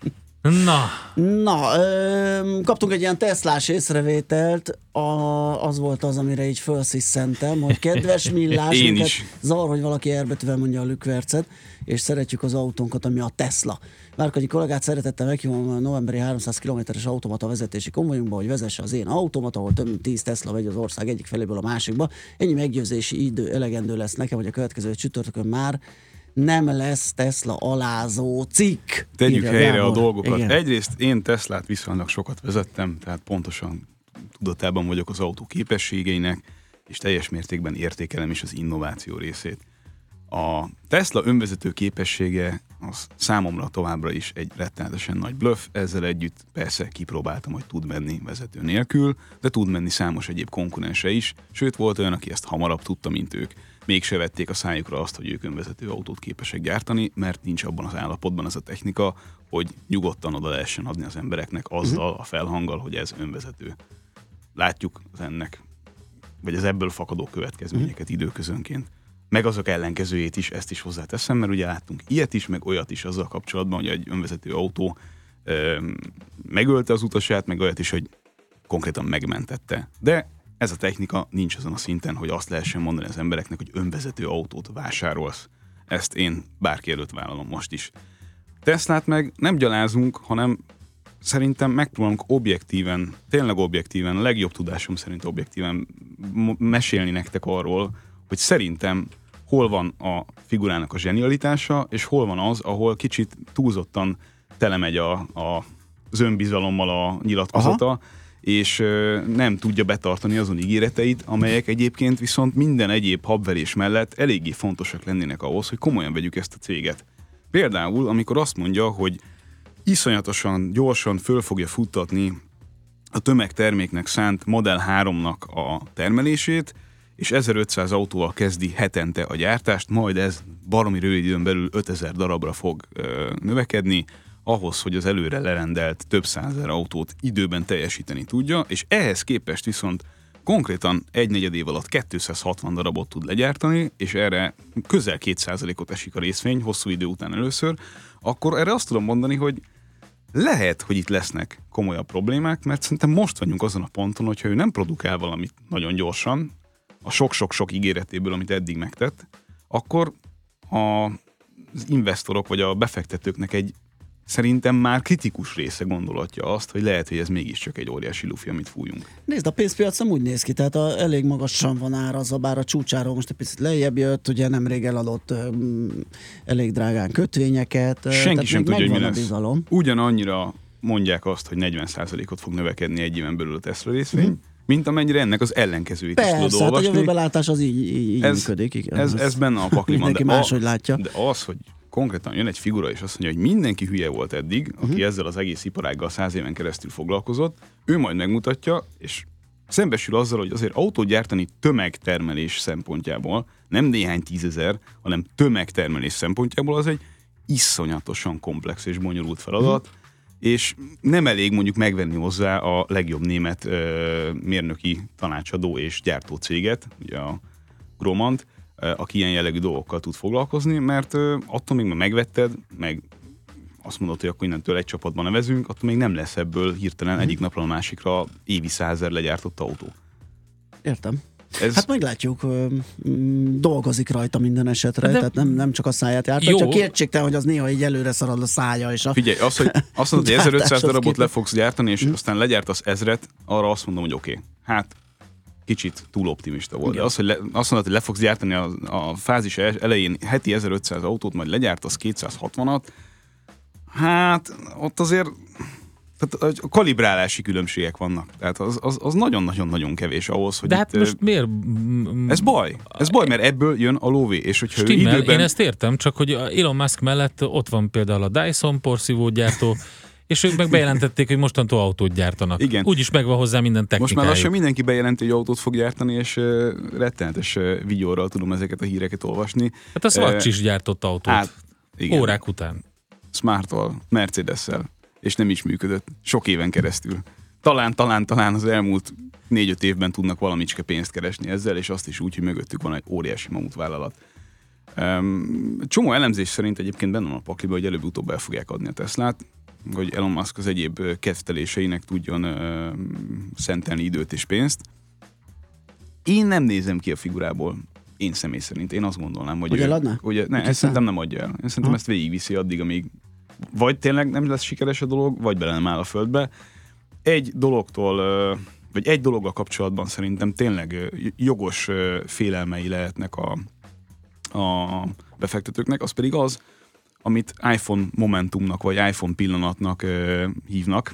Na, kaptunk egy ilyen Teslás észrevételt, az volt az, amire így felszisszentem, hogy kedves Millás, minket zavar, hogy valaki erbetűvel mondja a lükvercet, és szeretjük az autónkat, ami a Tesla. Várkonyi kollégát szeretettel meghívom a novemberi 300 km-es automata vezetési konvojunkba, hogy vezesse az én automat, ahol több mint 10 Tesla megy az ország egyik feléből a másikba. Ennyi meggyőzési idő elegendő lesz nekem, hogy a következő csütörtökön már nem lesz Tesla alázó cikk. Tegyük helyre a dolgokat. Igen. Egyrészt én Teslát viszonylag sokat vezettem, tehát pontosan tudatában vagyok az autó képességeinek, és teljes mértékben értékelem is az innováció részét. A Tesla önvezető képessége az számomra továbbra is egy rettenetesen nagy bluff, ezzel együtt persze kipróbáltam, hogy tud menni vezető nélkül, de tud menni számos egyéb konkurense is, sőt volt olyan, aki ezt hamarabb tudta, mint ők. Mégse vették a szájukra azt, hogy ők önvezető autót képesek gyártani, mert nincs abban az állapotban ez a technika, hogy nyugodtan oda lehessen adni az embereknek azzal a felhanggal, hogy ez önvezető. Látjuk az ennek, vagy az ebből fakadó következményeket időközönként. Meg azok ellenkezőjét is, ezt is hozzáteszem, mert ugye láttunk ilyet is, meg olyat is azzal kapcsolatban, hogy egy önvezető autó megölte az utasát, meg olyat is, hogy konkrétan megmentette. De ez a technika nincs azon a szinten, hogy azt lehessen mondani az embereknek, hogy önvezető autót vásárolsz. Ezt én bárki előtt vállalom most is. Teslát meg nem gyalázunk, hanem szerintem megpróbálunk objektíven, tényleg objektíven, a legjobb tudásom szerint objektíven mesélni nektek arról, hogy szerintem hol van a figurának a zsenialitása, és hol van az, ahol kicsit túlzottan telemegy az önbizalommal a nyilatkozata, aha, és nem tudja betartani azon ígéreteit, amelyek egyébként viszont minden egyéb habverés mellett eléggé fontosak lennének ahhoz, hogy komolyan vegyük ezt a céget. Például, amikor azt mondja, hogy iszonyatosan, gyorsan föl fogja futtatni a tömegterméknek szánt Model 3-nak a termelését, és 1500 autóval kezdi hetente a gyártást, majd ez baromi rövid időn belül 5000 darabra fog növekedni, ahhoz, hogy az előre lerendelt több százezer autót időben teljesíteni tudja, és ehhez képest viszont konkrétan egy negyed év alatt 260 darabot tud legyártani, és erre közel 2%-ot esik a részvény, hosszú idő után először, akkor erre azt tudom mondani, hogy lehet, hogy itt lesznek komolyabb problémák, mert szerintem most vagyunk azon a ponton, hogyha ő nem produkál valamit nagyon gyorsan, a sok-sok-sok ígéretéből, amit eddig megtett, akkor az investorok vagy a befektetőknek egy szerintem már kritikus része gondolatja azt, hogy lehet, hogy ez mégiscsak egy óriási lufi, amit fújunk. Nézd, a pénzpiac nem úgy néz ki, tehát elég magasan van árazva, bár a csúcsáról most egy picit lejjebb jött, ugye nemrég eladott elég drágán kötvényeket. Senki sem tudja, hogy mi lesz. Bizalom. Ugyanannyira mondják azt, hogy 40%-ot fog növekedni egy éven belül a Tesla részvény, mint amennyire ennek az ellenkezőit is tudod olvasni. Persze, hát a jövőbelátás az így működik. Igen, ez benne a pakliban. Mindenki máshogy látja. De az, hogy konkrétan jön egy figura, és azt mondja, hogy mindenki hülye volt eddig, aki ezzel az egész iparággal 100 éven keresztül foglalkozott, ő majd megmutatja, és szembesül azzal, hogy azért autót gyártani tömegtermelés szempontjából, nem néhány 10 000, hanem tömegtermelés szempontjából az egy iszonyatosan komplex és bonyolult feladat, és nem elég mondjuk megvenni hozzá a legjobb német mérnöki tanácsadó és gyártó céget, ugye a Gromant, aki ilyen jellegű dolgokkal tud foglalkozni, mert attól még megvetted, meg azt mondod, hogy akkor innentől egy csapatban nevezünk, attól még nem lesz ebből hirtelen egyik napról a másikra évi 100 000 legyártott autó. Értem. Hát meglátjuk, dolgozik rajta minden esetre, tehát nem csak a száját járta, csak kétségtelen, hogy az néha így előre szarad a szája. És Figyelj, azt mondod, hogy 1500 darabot le fogsz gyártani, és aztán legyártasz 1000-et, arra azt mondom, hogy oké. Hát kicsit túl optimista volt. De azt mondod, hogy le fogsz gyártani a fázis elején heti 1500 autót, majd legyártasz 260-at, hát ott azért tehát a kalibrálási különbségek vannak. Tehát az nagyon-nagyon-nagyon kevés ahhoz, hogy de hát most miért? Ez baj, mert ebből jön a lóvé. És hogyha stimmel, időben... Én ezt értem, csak hogy Elon Musk mellett ott van például a Dyson porszívógyártó, és ők meg bejelentették, hogy mostantól autót gyártanak. Igen. Úgyis megvan hozzá minden technikájuk. Most már lassan mindenki bejelenti, hogy autót fog gyártani, és rettenetes videóral tudom ezeket a híreket olvasni. Hát a Swatch is gyártott autót. Hát, igen. Órák után. Smart-val, Mercedes-szel. És nem is működött. Sok éven keresztül. Talán az elmúlt 4-5 évben tudnak valamicske pénzt keresni ezzel, és azt is úgy, hogy mögöttük van egy óriási mamutvállalat. Csomó elemzés szerint egyébként benne van a pakliba, hogy előbb-utóbb el fogják adni a Teslát, hogy Elon Musk az egyéb kedvteléseinek tudjon szentelni időt és pénzt. Én nem nézem ki a figurából. Én személy szerint. Én azt gondolnám, hogy eladná? Ezt szerintem nem adja el. Én szerintem ezt végigviszi addig, amíg vagy tényleg nem lesz sikeres a dolog, vagy bele nem áll a földbe. Egy dologgal kapcsolatban szerintem tényleg jogos félelmei lehetnek a befektetőknek, az pedig az, amit iPhone momentumnak, vagy iPhone pillanatnak hívnak.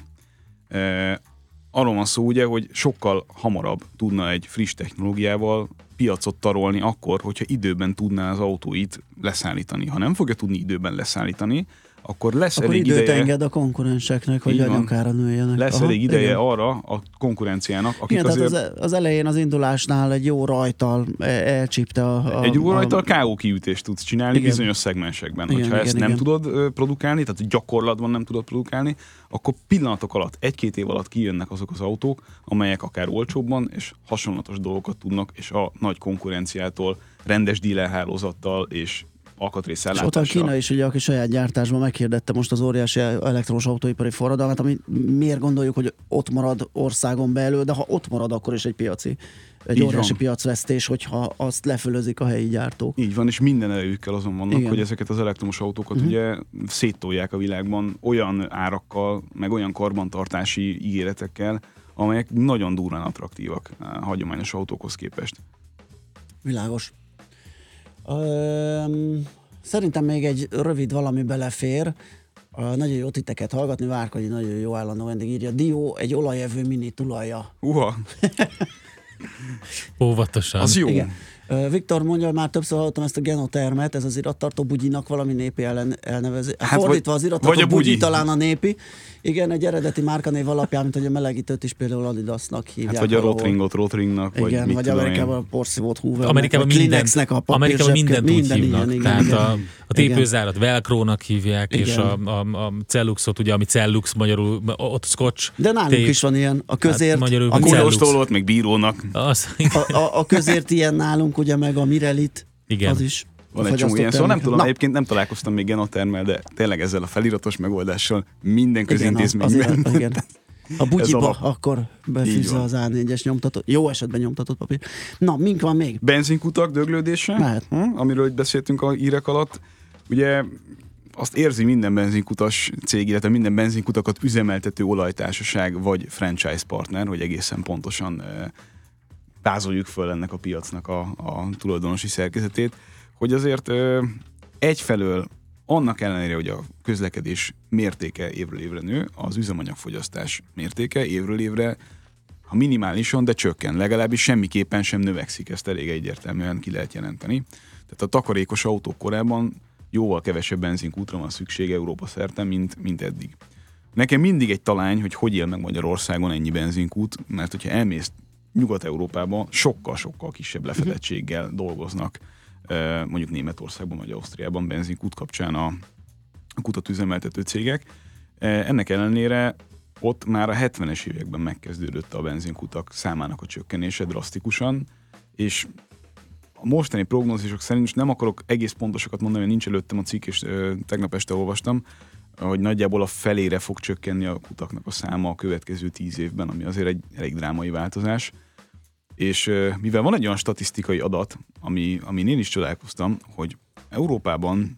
Arról van szó ugye, hogy sokkal hamarabb tudna egy friss technológiával piacot tarolni akkor, hogyha időben tudná az autóit leszállítani. Ha nem fogja tudni időben leszállítani, akkor lesz elég időt ideje... enged a konkurenseknek, hogy anyakára nőjenek. Lesz elég ideje arra a konkurenciának, akik azért... Az elején az indulásnál egy jó rajttal elcsípte egy jó rajttal K.O. kiütést tudsz csinálni bizonyos szegmensekben. Hogyha ezt nem tudod produkálni, tehát gyakorlatban nem tudod produkálni, akkor pillanatok alatt, 1-2 év alatt kijönnek azok az autók, amelyek akár olcsóbban és hasonlatos dolgokat tudnak, és a nagy konkurenciától, rendes dílerhálózattal és alkatrészállátással. És ott a Kína is, ugye, aki saját gyártásban meghirdette most az óriási elektromos autóipari forradalmat, ami miért gondoljuk, hogy ott marad országon belül, de ha ott marad, akkor is egy óriási piacvesztés, hogyha azt lefölözik a helyi gyártók. Így van, és minden erejükkel azon vannak, hogy ezeket az elektromos autókat ugye széttolják a világban olyan árakkal, meg olyan karbantartási ígéretekkel, amelyek nagyon durván attraktívak a hagyományos autókhoz képest. Világos. Szerintem még egy rövid valami belefér. Nagyon jó titeket hallgatni, Várkonyi nagyon jó állandó vendég írja. Dió, egy olajevő mini tulaja. Óvatosan. Az jó. Igen. Viktor mondja, már többször hallottam ezt a genotermet, ez az irattartó bugyinak valami népi elnevező. Hát fordítva az irattartó bugyi talán a népi. Igen, egy eredeti márkanév alapján, mint hogy a melegítőt is például Adidasnak hívják. Hát vagy a Rotringnak, vagy mit vagy Amerikában a porszívót Hoovernek, Amerikában Kleenexnek a mindent úgy hívnak. Tehát a tépőzárat Velcrónak hívják, és a Celluxot, ugye, ami Cellux, magyarul ott Scotch. De nálunk is van ilyen, a közért. A kólóstólót, még bírónak. A közért ilyen nálunk, ugye, meg a Mirelit. Igen. Az is. Van egy csomó ilyen, szóval nem tudom, egyébként nem találkoztam még genotermmel, de tényleg ezzel a feliratos megoldással minden közintézményben. Igen. A bugyiba akkor befűzze az A4-es nyomtatott, jó esetben nyomtatott papír. Na, mink van még? Benzinkutak döglődése, amiről beszéltünk a hírek alatt. Ugye azt érzi minden benzinkutas cég, illetve minden benzinkutakat üzemeltető olajtársaság vagy franchise partner, hogy egészen pontosan vázoljuk föl ennek a piacnak a tulajdonosi szerkezetét, hogy azért egyfelől annak ellenére, hogy a közlekedés mértéke évről évre nő, az üzemanyagfogyasztás mértéke évről évre, ha minimálisan, de csökken, legalábbis semmiképpen sem növekszik, ezt elég egyértelműen ki lehet jelenteni. Tehát a takarékos autók korában jóval kevesebb benzinkútra van szüksége Európa szerte, mint eddig. Nekem mindig egy talány, hogy él meg Magyarországon ennyi benzinkút, mert hogyha elmész Nyugat-Európában, sokkal-sokkal kisebb lefedettséggel dolgoznak, mondjuk Németországban vagy Ausztriában benzinkút kapcsán a kutat üzemeltető cégek. Ennek ellenére ott már a 70-es években megkezdődött a benzinkutak számának a csökkenése drasztikusan, és a mostani prognózisok szerint, most nem akarok egész pontosokat mondani, mert nincs előttem a cikk, és tegnap este olvastam, hogy nagyjából a felére fog csökkenni a kutaknak a száma a következő 10 évben, ami azért egy elég drámai változás. És mivel van egy olyan statisztikai adat, amin én is csodálkoztam, hogy Európában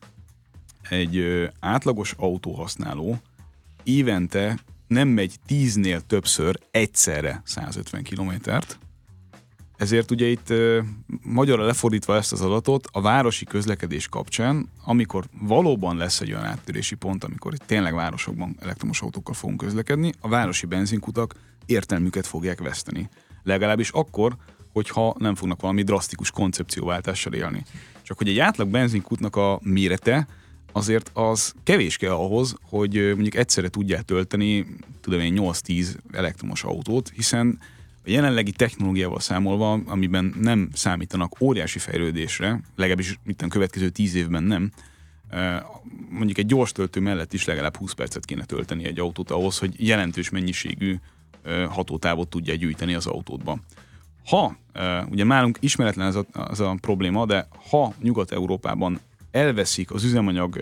egy átlagos autóhasználó évente nem megy 10-nél többször egyszerre 150 kilométert, ezért ugye itt magyarra lefordítva ezt az adatot, a városi közlekedés kapcsán, amikor valóban lesz egy olyan áttörési pont, amikor itt tényleg városokban elektromos autókkal fogunk közlekedni, a városi benzinkutak értelmüket fogják veszteni. Legalábbis akkor, hogyha nem fognak valami drasztikus koncepcióváltással élni. Csak hogy egy átlag benzinkútnak a mérete azért az kevés kell ahhoz, hogy mondjuk egyszerre tudják tölteni, tudom én, 8-10 elektromos autót, hiszen a jelenlegi technológiával számolva, amiben nem számítanak óriási fejlődésre, legalábbis itt a következő 10 évben nem, mondjuk egy gyors töltő mellett is legalább 20 percet kéne tölteni egy autót ahhoz, hogy jelentős mennyiségű hatótávot tudja gyűjteni az autódba. Ha, ugye nálunk ismeretlen ez a probléma, de ha Nyugat-Európában elveszik az üzemanyag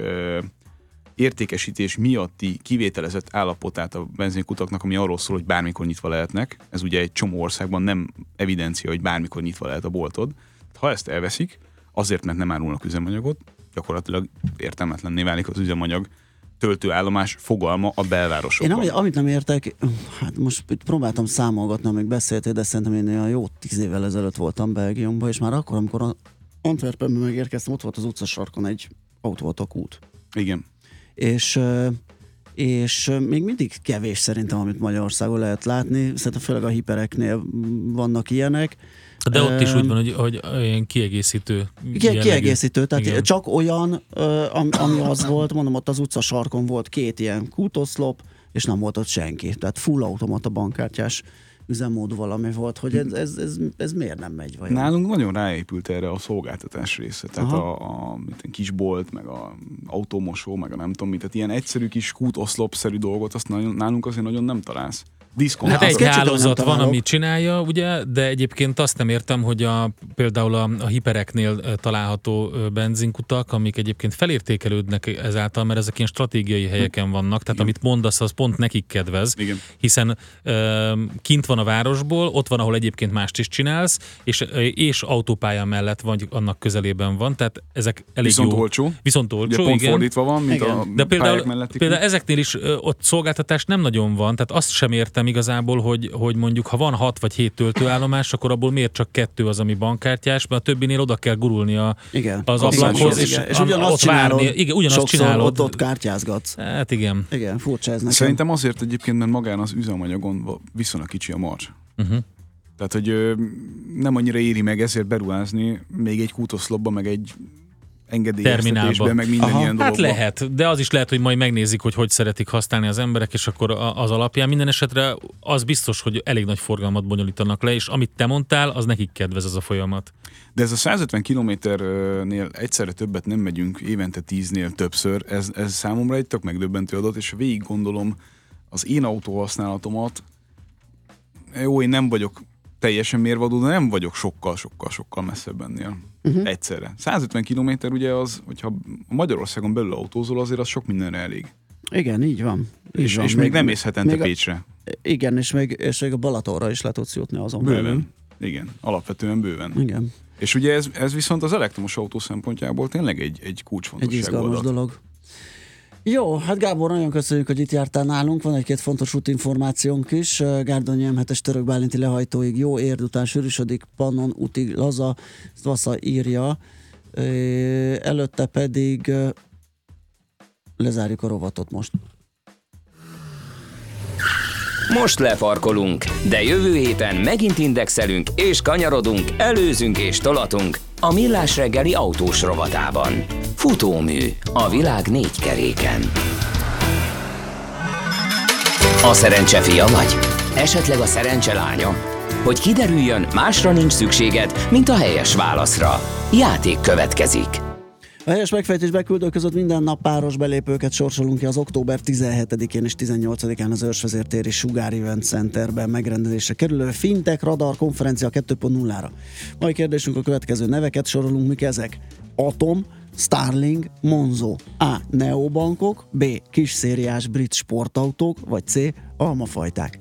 értékesítés miatti kivételezett állapotát a benzinkutaknak, ami arról szól, hogy bármikor nyitva lehetnek, ez ugye egy csomó országban nem evidencia, hogy bármikor nyitva lehet a boltod. Ha ezt elveszik, azért, mert nem árulnak üzemanyagot, gyakorlatilag értelmetlenné válik az üzemanyag töltőállomás fogalma a belvárosokban. Én amit nem értek, hát most próbáltam számolgatni, amíg beszéltél, de szerintem én olyan jó 10 évvel ezelőtt voltam Belgiumban, és már akkor, amikor Antwerpenben megérkeztem, ott volt az utcasarkon egy autóatak út. Igen. És még mindig kevés szerintem, amit Magyarországon lehet látni. Szerintem főleg a hipereknél vannak ilyenek. De ott is úgy van, hogy ilyen kiegészítő. Kiegészítő, tehát igen. Csak olyan, ami az volt, mondom, ott az utcasarkon volt 2 ilyen kútoszlop, és nem volt ott senki. Tehát full automata bankkártyás üzemmód valami volt, hogy ez miért nem megy vajon? Nálunk nagyon ráépült erre a szolgáltatás része. Tehát a kisbolt, meg a autómosó, meg a nem tudom mit. Tehát ilyen egyszerű kis kútoszlopszerű dolgot azt nálunk azért nagyon nem találsz. Hát egy hálózat van, ami csinálja, ugye, de egyébként azt nem értem, hogy például a hipereknél található benzinkutak, amik egyébként felértékelődnek ezáltal, mert ezek ilyen stratégiai helyeken vannak, tehát amit mondasz, az pont nekik kedvez, igen. Hiszen kint van a városból, ott van, ahol egyébként mást is csinálsz, és autópálya mellett vagy annak közelében van, tehát ezek elég viszont jó. Olcsó. Viszont olcsó, ugye pont fordítva van, mint igen. A de pályák melletti. Például ezeknél is ott szolgáltatás nem nagyon van, tehát azt sem értem igazából, hogy mondjuk, ha van 6 vagy 7 töltőállomás, akkor abból miért csak 2 az, ami bankkártyás, mert a többinél oda kell gurulni az ablakhoz, és ugyanazt csinálod. Igen, ugyanazt csinálod. Ott kártyázgatsz. Hát igen. Igen, furcsa ez nekem. Szerintem azért egyébként, mert magán az üzemanyagon viszonylag kicsi a marzs. Tehát, hogy nem annyira éri meg ezért beruházni még egy kútoszlopba, meg egy engedélyeztetésben, meg minden ilyen dologban. Hát lehet, de az is lehet, hogy majd megnézik, hogy szeretik használni az emberek, és akkor az alapján minden esetre az biztos, hogy elég nagy forgalmat bonyolítanak le, és amit te mondtál, az nekik kedvez az a folyamat. De ez a 150 kilométernél egyszerre többet nem megyünk, évente 10-nél többször, ez számomra egy tök megdöbbentő adat, és végig gondolom az én autóhasználatomat, jó, én nem vagyok teljesen mérvadó, de nem vagyok sokkal messzebb ennél. Egyszerre. 150 kilométer ugye az, hogyha Magyarországon belül autózol, azért az sok mindenre elég. Igen, így van. És még nem mész hetente Pécsre. Igen, és még a Balatonra is le tudsz jutni azon bőven. belül. Igen, alapvetően bőven. Igen. És ugye ez viszont az elektromos autó szempontjából tényleg egy kulcsfontosságú egy izgalmas dolog. Jó, hát Gábor, nagyon köszönjük, hogy itt jártál nálunk. Van egy-két fontos útinformációnk is. Gárdonyi M7-es Török Bálinti lehajtóig jó, Érd után sűrűsödik, Pannon útig laza, Vasza írja. Előtte pedig lezárjuk a rovatot most. Most lefarkolunk, de jövő héten megint indexelünk és kanyarodunk, előzünk és tolatunk a Millás reggeli autós rovatában. Futómű a világ 4 keréken. A szerencse fia vagy? Esetleg a szerencse lánya? Hogy kiderüljön, másra nincs szükséged, mint a helyes válaszra. Játék következik. A helyes megfejtés beküldők között minden nap páros belépőket sorsolunk ki az október 17-én és 18-án az Őrsvezértéri Sugár Event Centerben megrendezésre kerülő Fintech Radar konferencia 2.0-ra. Mai kérdésünk a következő neveket sorolunk, mik ezek? Atom, Starling, Monzo. A. Neobankok, B. Kis szériás brit sportautók, vagy C. Almafajták.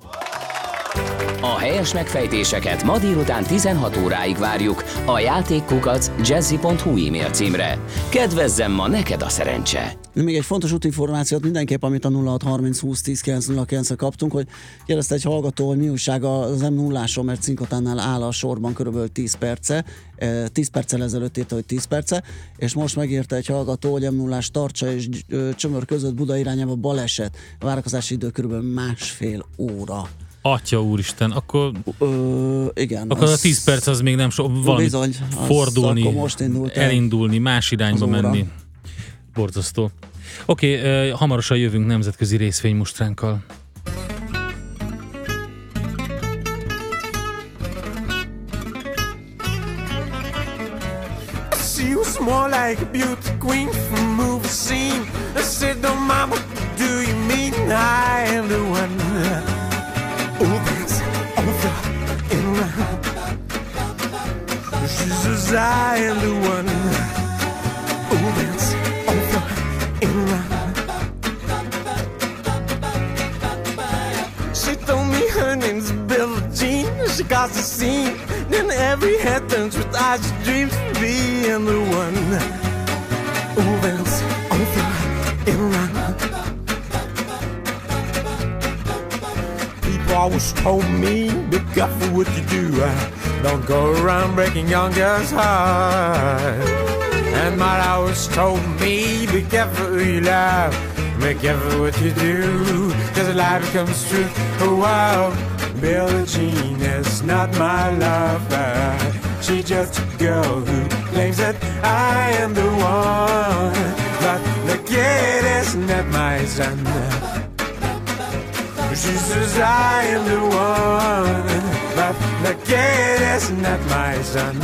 A helyes megfejtéseket ma délután 16 óráig várjuk a játékkukac@jazzy.hu e-mail címre. Kedvezzem ma neked a szerencse! Még egy fontos útinformációt mindenképp, amit a 0630 20 10 909-re kaptunk, hogy kérdezte egy hallgató, hogy mi újság az M0-áson, mert Cinkotánnál áll a sorban körülbelül 10 perce. 10 perccel ezelőtt írta, hogy 10 perce, és most megírta egy hallgató, hogy M0-ás Tarcsa és Csömör között Buda irányába baleset. A várakozási idő körülbelül 1,5 óra. Atya úristen, akkor igen, akkor a 10 perc az még nem valami bizony, fordulni, elindulni, más irányba menni. Borzasztó. Oké, hamarosan jövünk nemzetközi részvénymustránkkal. She was more like a beauty queen from a movie scene. I said, "No, mama, do you mean I am the one?" She says I am the one who dance over and around. She told me her name's Billie Jean. She caused a scene. Then every head turns with eyes she dreams of being the one who dance over and around. People always told me, be careful what you do. Don't go around breaking young girls' hearts. And my always told me, be careful who you love, be careful what you do, cause life becomes true. Oh wow, Billie Jean is not my lover. She's just a girl who claims that I am the one. But the kid is not my son. She says I am the one, but the kid is not my son.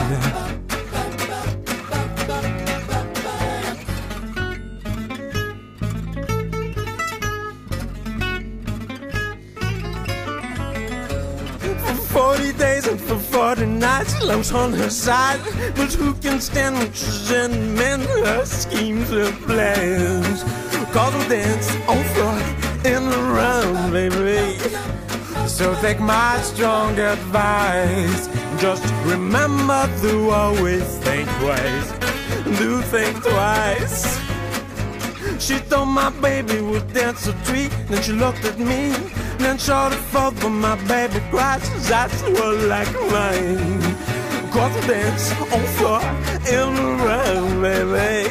For 40 days and for 40 nights, love's on her side. But who can stand when she's in men, her schemes, her plans? Cause we'll dance on floor in around, baby. So take my strong advice. Just remember to always think twice. Do think twice. She thought my baby would dance a treat. Then she looked at me. Then short of fall, but my baby cries. That's what like mine. Cause we'll dance on floor in around, baby.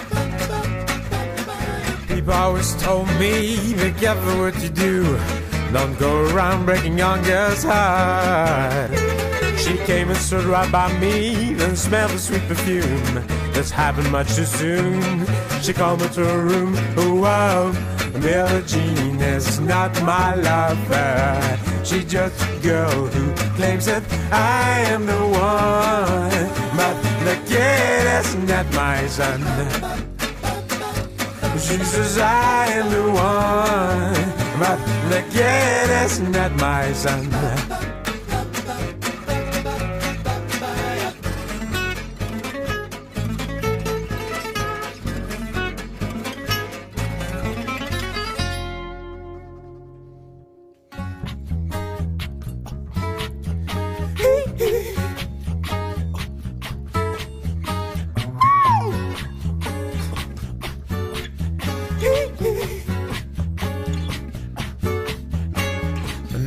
People always told me, be careful what you do. Don't go around breaking young girls' hearts. She came and stood right by me, then smelled the sweet perfume. This happened much too soon. She called me to her room. Oh wow, Billie Jean is not my lover. She's just a girl who claims that I am the one. But the kid is not my son. She says I am the one, but the kid is not my son.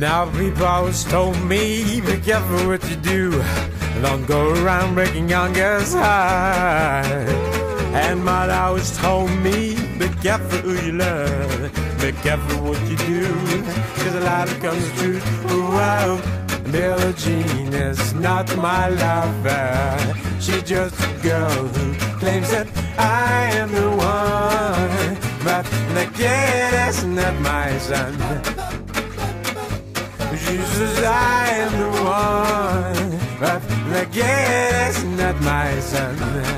Now people always told me, be careful what you do, don't go around breaking young girls' heart. And mother always told me, be careful who you love, be careful what you do, cause a lot of comes the truth. Wow, Billie Jean is not my lover, she's just a girl who claims that I am the one, but again that's not my son. She says I am the one, but again that's not my son.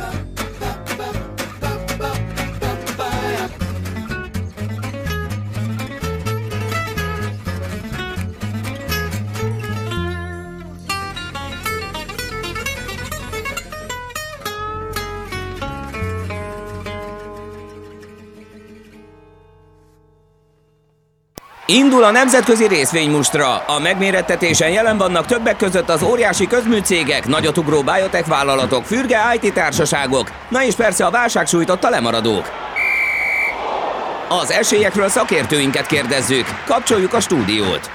Indul a nemzetközi részvénymustra. A megmérettetésen jelen vannak többek között az óriási közműcégek, nagyotugró biotech vállalatok, fürge IT társaságok, na és persze a válság sújtotta lemaradók. Az esélyekről szakértőinket kérdezzük. Kapcsoljuk a stúdiót.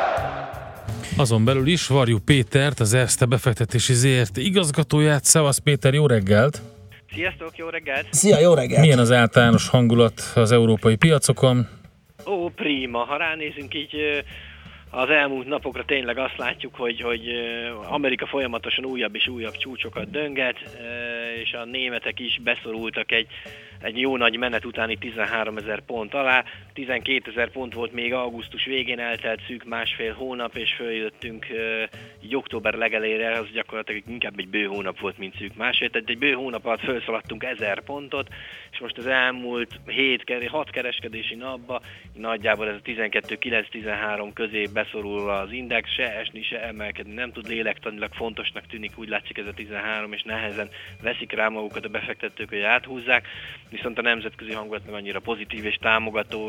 Azon belül is Varjú Pétert, az Erste befektetési ZRT igazgatóját. Szevasz Péter, jó reggelt! Sziasztok, jó reggelt! Szia, jó reggelt! Milyen az általános hangulat az európai piacokon? Ó, prima. Ha ránézünk így az elmúlt napokra, tényleg azt látjuk, hogy Amerika folyamatosan újabb és újabb csúcsokat dönget, és a németek is beszorultak egy jó nagy menet utáni 13 000 pont alá. 12 000 pont volt még augusztus végén, eltelt szűk másfél hónap, és följöttünk így október legelére, az gyakorlatilag inkább egy bő hónap volt, mint szűk másfél. Tehát egy bő hónap alatt felszaladtunk 1000 pontot, és most az elmúlt 6 kereskedési napban nagyjából ez a 12-9-13 közé beszorul az index, se esni, se emelkedni nem tud, lélektanilag fontosnak tűnik, úgy látszik ez a 13, és nehezen veszik rá magukat a befektetők, hogy áthúzzák, viszont a nemzetközi hangulat meg annyira pozitív és támogató,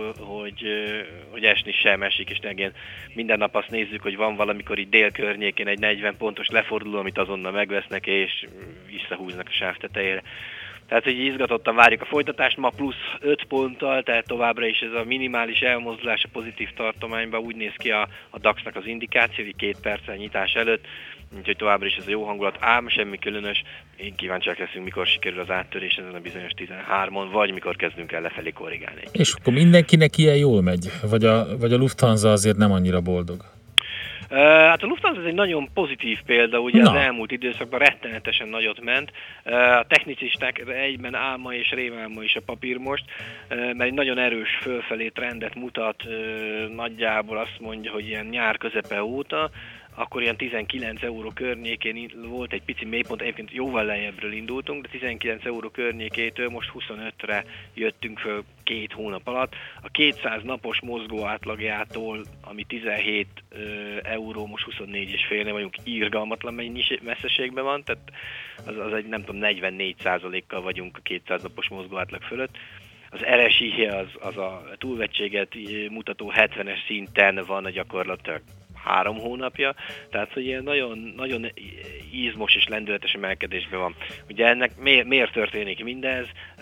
hogy esni sem esik, és tényleg minden nap azt nézzük, hogy van valamikor itt dél környékén egy 40 pontos leforduló, amit azonnal megvesznek, és visszahúznak a sáv tetejére. Tehát, hogy izgatottan várjuk a folytatást, ma plusz 5 ponttal, tehát továbbra is ez a minimális elmozdulás a pozitív tartományban úgy néz ki a DAX-nak az indikáció, 2 perccel nyitás előtt, úgyhogy továbbra is ez a jó hangulat, ám semmi különös, én kíváncsiak leszünk, mikor sikerül az áttörés ezen a bizonyos 13-on, vagy mikor kezdünk el lefelé korrigálni. És akkor mindenkinek ilyen jól megy? Vagy a Lufthansa azért nem annyira boldog? Hát a Lufthansa ez egy nagyon pozitív példa, ugye az elmúlt időszakban rettenetesen nagyot ment. A technicisták egyben álma és rémálma is a papír most, mert egy nagyon erős fölfelé trendet mutat, nagyjából azt mondja, hogy ilyen nyár közepe óta, akkor ilyen 19 euró környékén volt egy pici mélypont, egyébként jóval lejjebbről indultunk, de 19 euró környékétől most 25-re jöttünk föl 2 hónap alatt. A 200 napos mozgó átlagjától, ami 17 euró, most 24,5-nél vagyunk, irgalmatlan messzeségben van, tehát az egy nem tudom, 44%-kal vagyunk a 200 napos mozgó átlag fölött. Az RSI az a túlvettséget mutató 70-es szinten van a gyakorlatilag 3 hónapja, tehát hogy ilyen nagyon, nagyon izmos és lendületes emelkedésben van. Ugye ennek miért történik mindez?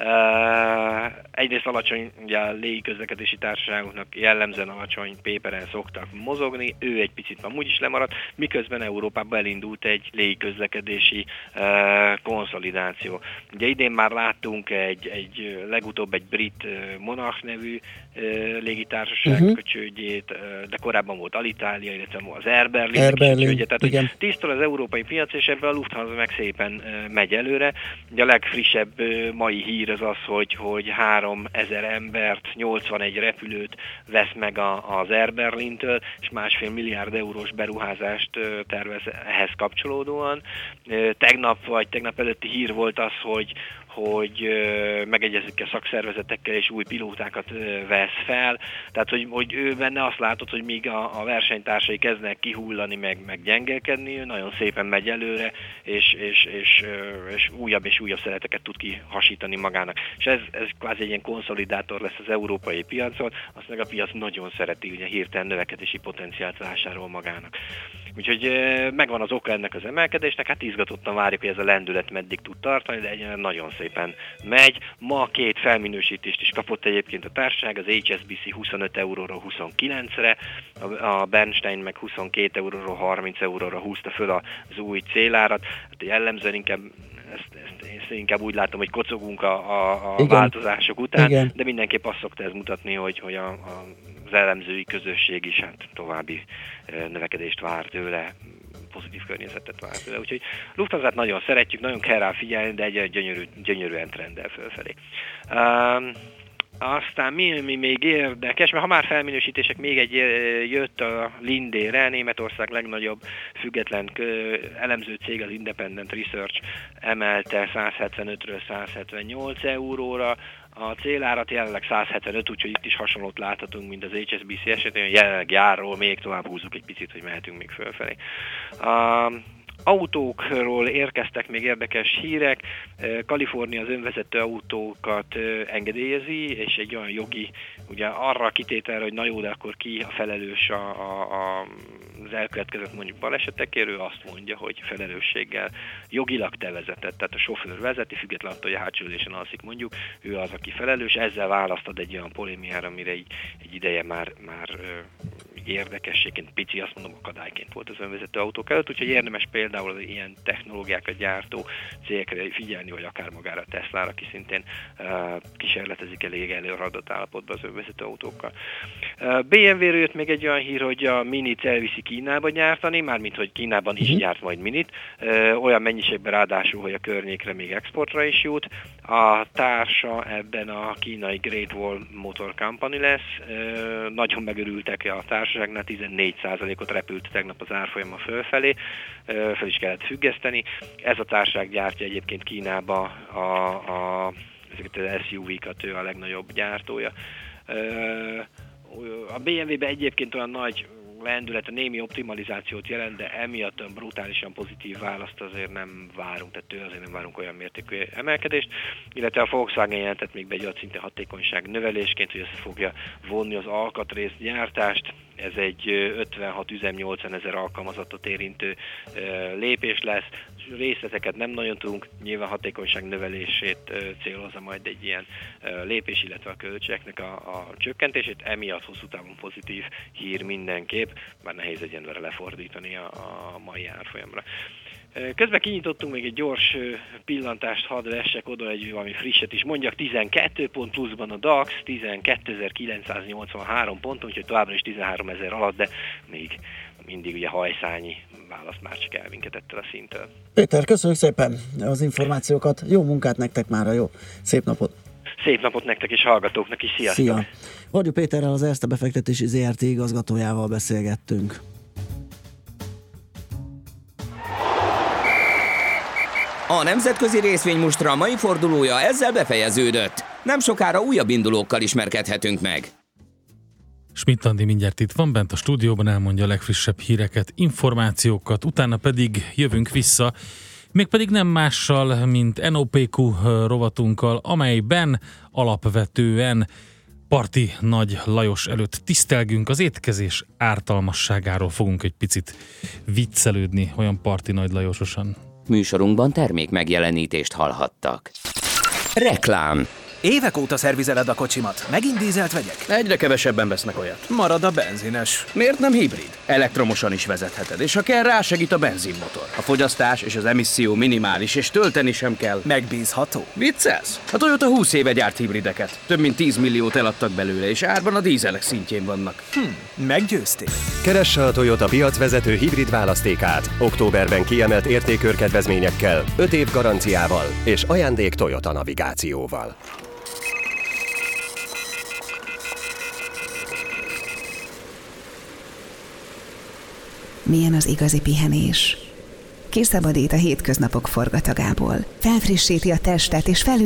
Egyrészt alacsony, ugye a légiközlekedési társaságoknak jellemzően alacsony péperen szoktak mozogni, ő egy picit amúgy is lemaradt, miközben Európában elindult egy légiközlekedési konszolidáció. Ugye idén már láttunk legutóbb egy brit Monarch nevű légitársaságnak a csődjét, de korábban volt Alitalia, illetve az Air Berlin csődje, tehát hogy tisztul az európai piac, és ebben a Lufthansa meg szépen megy előre. Ugye a legfrissebb mai hír az, hogy 3000 embert, 81 repülőt vesz meg az Air Berlintől, és 1,5 milliárd eurós beruházást tervez ehhez kapcsolódóan. Tegnap előtti hír volt az, hogy megegyezik a szakszervezetekkel és új pilótákat vesz fel. Tehát, hogy ő benne azt látod, hogy míg a versenytársai kezdnek kihullani, meg gyengelkedni, ő nagyon szépen megy előre, és újabb és újabb szereteket tud kihasítani magának. És ez kvázi egy ilyen konszolidátor lesz az európai piacon, azt meg a piac nagyon szereti, ugye hirtelen növekedési potenciált vásárol magának. Úgyhogy megvan az oka ennek az emelkedésnek, hát izgatottan várjuk, hogy ez a lendület meddig tud tartani, de egyébként nagyon szép szépen megy. Ma 2 felminősítést is kapott egyébként a társaság, az HSBC 25 euróról 29-re, a Bernstein meg 22 euróról 30 euróra húzta föl az új célárat. Hát jellemzően inkább úgy látom, hogy kocogunk a változások után, igen. De mindenképp azt szokta ez mutatni, hogy az elemzői közösség is hát további növekedést vár tőle, pozitív környezetet vár tőle. Úgyhogy Lufthansa-t nagyon szeretjük, nagyon kell rá figyelni, de egy gyönyörűen trendel fölfelé. Aztán mi még érdekes, mert ha már felminősítések, még egy jött a Lindére, Németország legnagyobb független elemző cég, az Independent Research emelte 175-ről 178 euróra, a célárat jelenleg 175, úgyhogy itt is hasonlót láthatunk, mint az HSBC esetén, jelenleg járról még tovább húzzuk egy picit, hogy mehetünk még fölfelé. Autókról érkeztek még érdekes hírek. Kalifornia az önvezető autókat engedélyezi, és egy olyan jogi, ugye arra kitételre, hogy na jó, de akkor ki a felelős az elkövetkezett mondjuk balesetekért, ő azt mondja, hogy felelősséggel jogilag te vezetett, tehát a sofőr vezeti, független attól, hogy a hátsó ülésen alszik mondjuk, ő az, aki felelős, ezzel választad egy olyan polémiára, amire egy ideje már érdekességként, pici, azt mondom, akadályként volt az önvezető autók előtt, úgyhogy érdemes például az ilyen technológiákat gyártó cégekre figyelni, vagy akár magára a Teslára, aki szintén kísérletezik elég előadott állapotban az önvezető autókkal. BMW-ről jött még egy olyan hír, hogy a Minit elviszi Kínába gyártani, mármint, hogy Kínában is gyárt majd Minit, olyan mennyiségben ráadásul, hogy a környékre még exportra is jut. A társa ebben a kínai Great Wall Motor Company lesz, nagyon megörültek a társaságnál, 14%-ot repült tegnap az árfolyama fölfelé, fel is kellett függeszteni. Ez a társaság gyártja egyébként Kínába ezeket az SUV-kat, ő a legnagyobb gyártója. A BMW-ben egyébként olyan nagy lendület, a némi optimalizációt jelent, de emiatt olyan brutálisan pozitív választ azért nem várunk, tehát azért nem várunk olyan mértékű emelkedést, illetve a Volkswagen jelentett még be egy szinte hatékonyság növelésként, hogy össze fogja vonni az alkatrészgyártást. Ez egy 56 üzem 80 000 alkalmazottat érintő lépés lesz. Részleteket nem nagyon tudunk, nyilván hatékonyság növelését célozza majd egy ilyen lépés, illetve a költségeknek a csökkentését, emiatt hosszú távon pozitív hír mindenképp, bár nehéz egyenlőre lefordítani a mai árfolyamra. Közben kinyitottunk még egy gyors pillantást, hadd vessek oda egy valami frisset is, mondjak 12 pont pluszban a DAX, 12.983 ponton, úgyhogy továbbra is 13 000 alatt, de még mindig ugye hajszányi választ már csak el minket ettől a szintől. Péter, köszönjük szépen az információkat, jó munkát nektek mára, jó, szép napot! Szép napot nektek és hallgatóknak is, sziasztok! Szia! Vargyú Péterrel, az Erste befektetési ZRT igazgatójával beszélgettünk. A nemzetközi részvénymustra mai fordulója ezzel befejeződött. Nem sokára újabb indulókkal ismerkedhetünk meg. Schmidt Andi mindjárt itt van bent a stúdióban, elmondja a legfrissebb híreket, információkat, utána pedig jövünk vissza, mégpedig nem mással, mint NOPQ rovatunkkal, amelyben alapvetően Parti Nagy Lajos előtt tisztelgünk, az étkezés ártalmasságáról fogunk egy picit viccelődni, olyan Parti Nagy Lajososan. Műsorunkban termék megjelenítést hallhattak. Reklám. Évek óta szervizeled a kocsimat. Megint dízelt vegyek? Egyre kevesebben vesznek olyat. Marad a benzines. Miért nem hibrid? Elektromosan is vezetheted, és ha kell, rásegít a benzinmotor. A fogyasztás és az emisszió minimális, és tölteni sem kell. Megbízható? Viccelsz? A Toyota 20 éve gyárt hibrideket. Több mint 10 milliót eladtak belőle, és árban a dízelek szintjén vannak. Meggyőztél. Keresse a Toyota piacvezető hibrid választékát. Októberben kiemelt értékörkedvezményekkel, 5 év garanciával és ajándék Toyota navigációval. Milyen az igazi pihenés? Kiszabadít a hétköznapok forgatagából, felfrissíti a testet és